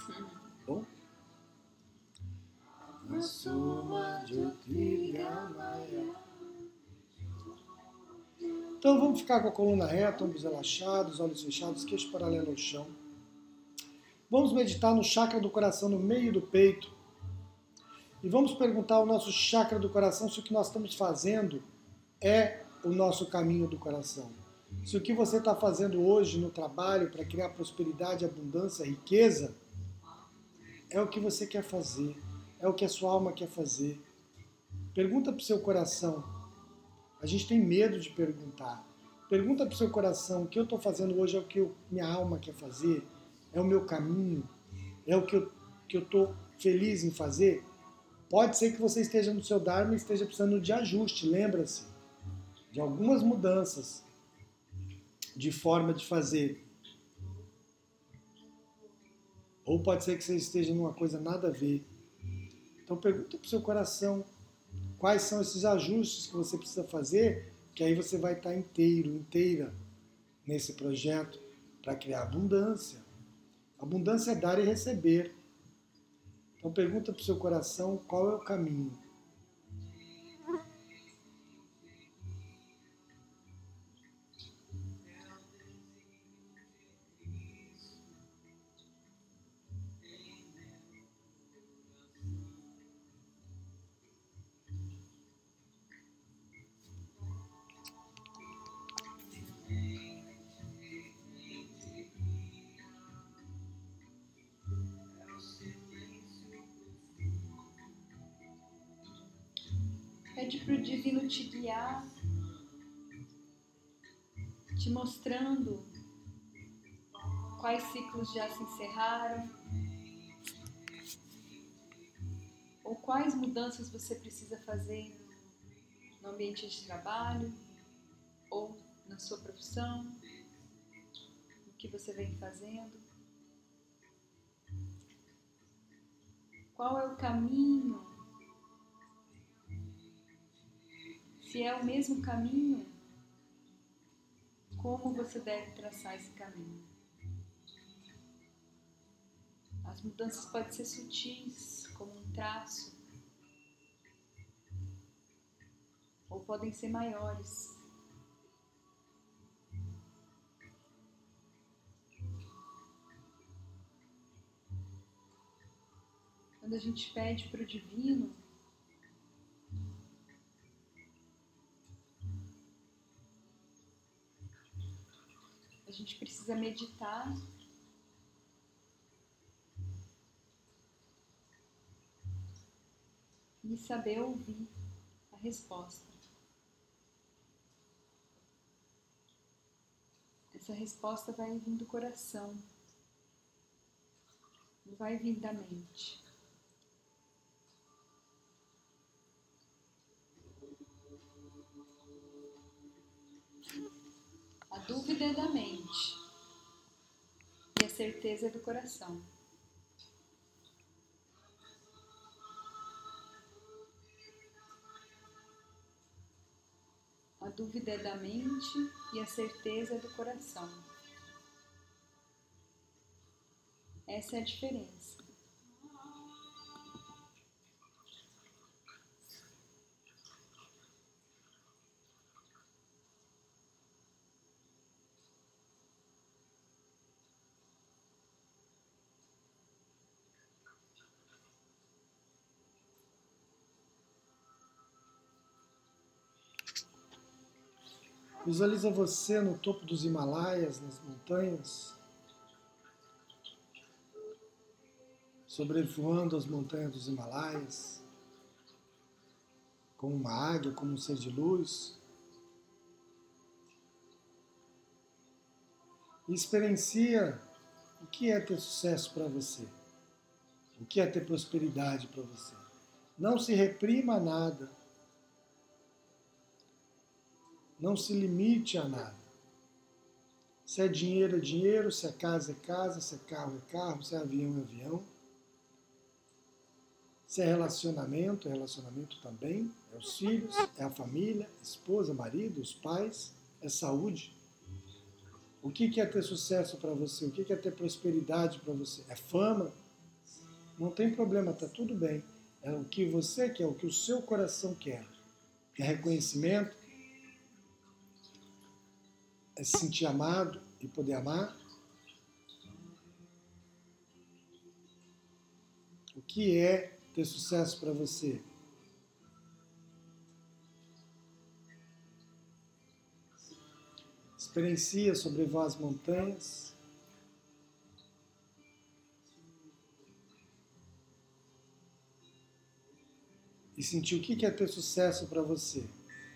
Bom? Então vamos ficar com a coluna reta, ombros relaxados, olhos fechados, queixo paralelo ao chão. Vamos meditar no chakra do coração no meio do peito. E vamos perguntar ao nosso chakra do coração se o que nós estamos fazendo é o nosso caminho do coração. Se o que você está fazendo hoje no trabalho para criar prosperidade, abundância, riqueza, é o que você quer fazer, é o que a sua alma quer fazer. Pergunta para o seu coração. A gente tem medo de perguntar. Pergunta para o seu coração, o que eu estou fazendo hoje é o que minha alma quer fazer? É o meu caminho? É o que eu estou feliz em fazer? Pode ser que você esteja no seu Dharma e esteja precisando de ajuste, lembra-se, de algumas mudanças de forma de fazer. Ou pode ser que você esteja numa coisa nada a ver. Então pergunta para o seu coração quais são esses ajustes que você precisa fazer, que aí você vai estar inteira nesse projeto para criar abundância. Abundância é dar e receber. Então pergunta para o seu coração qual é o caminho. Pede para o Divino te guiar, te mostrando quais ciclos já se encerraram ou quais mudanças você precisa fazer no ambiente de trabalho ou na sua profissão, no que você vem fazendo. Qual é o caminho? Se é o mesmo caminho, como você deve traçar esse caminho? As mudanças podem ser sutis, como um traço, ou podem ser maiores. Quando a gente pede para o Divino, a gente precisa meditar e saber ouvir a resposta. Essa resposta vai vir do coração, não vai vir da mente. A dúvida é da mente e a certeza é do coração. A dúvida é da mente e a certeza é do coração. Essa é a diferença. Visualiza você no topo dos Himalaias, nas montanhas, sobrevoando as montanhas dos Himalaias, como uma águia, como um ser de luz. E experiencia o que é ter sucesso para você, o que é ter prosperidade para você. Não se reprima a nada. Não se limite a nada. Se é dinheiro, se é casa, se é carro, se é avião, é avião. Se é relacionamento também. É os filhos, é a família, esposa, marido, os pais, é saúde. O que é ter sucesso para você? O que é ter prosperidade para você? É fama? Não tem problema, tá tudo bem. É o que você quer, o que o seu coração quer. É reconhecimento, é se sentir amado e poder amar. O que é ter sucesso para você? Experiencia sobrevoar as montanhas. E sentir o que é ter sucesso para você.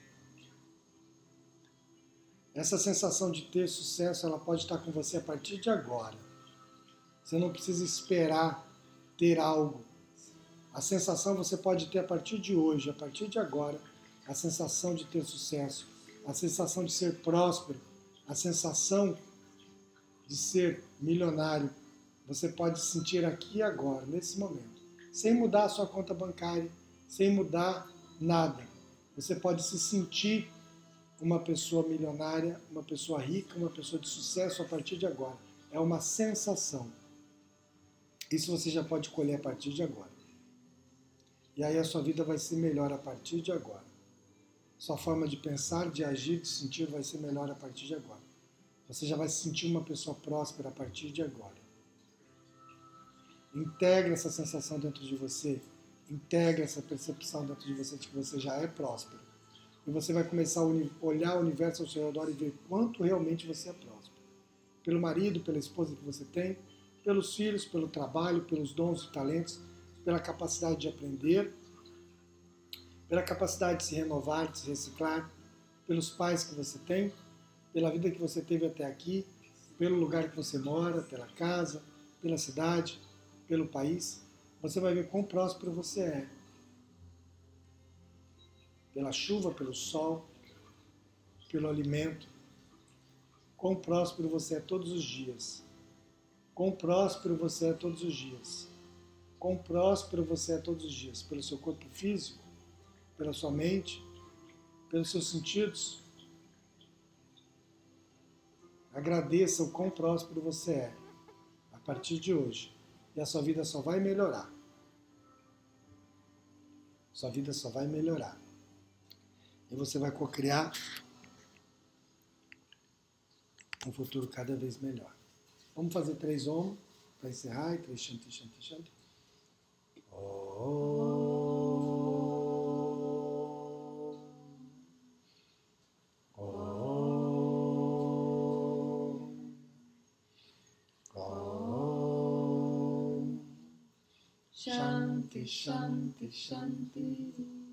Essa sensação de ter sucesso, ela pode estar com você a partir de agora. Você não precisa esperar ter algo. A sensação você pode ter a partir de hoje, a partir de agora, a sensação de ter sucesso, a sensação de ser próspero, a sensação de ser milionário. Você pode sentir aqui e agora, nesse momento, sem mudar a sua conta bancária, sem mudar nada. Você pode se sentir uma pessoa milionária, uma pessoa rica, uma pessoa de sucesso a partir de agora. É uma sensação. Isso você já pode colher a partir de agora. E aí a sua vida vai ser melhor a partir de agora. Sua forma de pensar, de agir, de sentir vai ser melhor a partir de agora. Você já vai se sentir uma pessoa próspera a partir de agora. Integre essa sensação dentro de você. Integre essa percepção dentro de você de que você já é próspero. E você vai começar a olhar o universo ao seu redor e ver quanto realmente você é próspero. Pelo marido, pela esposa que você tem, pelos filhos, pelo trabalho, pelos dons e talentos, pela capacidade de aprender, pela capacidade de se renovar, de se reciclar, pelos pais que você tem, pela vida que você teve até aqui, pelo lugar que você mora, pela casa, pela cidade, pelo país. Você vai ver quão próspero você é. Pela chuva, pelo sol, pelo alimento. Quão próspero você é todos os dias. Quão próspero você é todos os dias. Quão próspero você é todos os dias. Pelo seu corpo físico, pela sua mente, pelos seus sentidos. Agradeça o quão próspero você é a partir de hoje. E a sua vida só vai melhorar. Sua vida só vai melhorar. E você vai cocriar um futuro cada vez melhor. Vamos fazer 3 Om para encerrar e 3 Shanti, Shanti, Shanti. Shanti, Shanti, Shanti.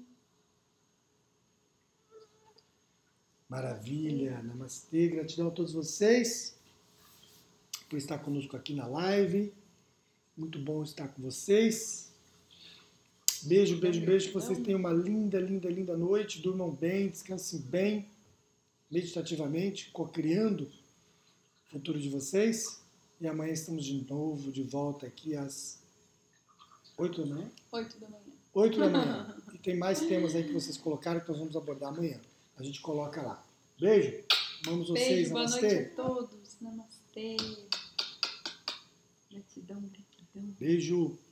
Maravilha, namastê, gratidão a todos vocês por estar conosco aqui na live. Muito bom estar com vocês. Beijo, beijo, beijo, que vocês tenham uma linda, linda, linda noite, durmam bem, descansem bem, meditativamente, cocriando o futuro de vocês. E amanhã estamos de novo, de volta aqui às 8 da manhã? 8 da manhã. 8 da manhã. E tem mais temas aí que vocês colocaram que nós vamos abordar amanhã. A gente coloca lá. Beijo. Amamos vocês. Beijo, boa Namastê. noite a todos. Namastê. Gratidão, gratidão. Beijo.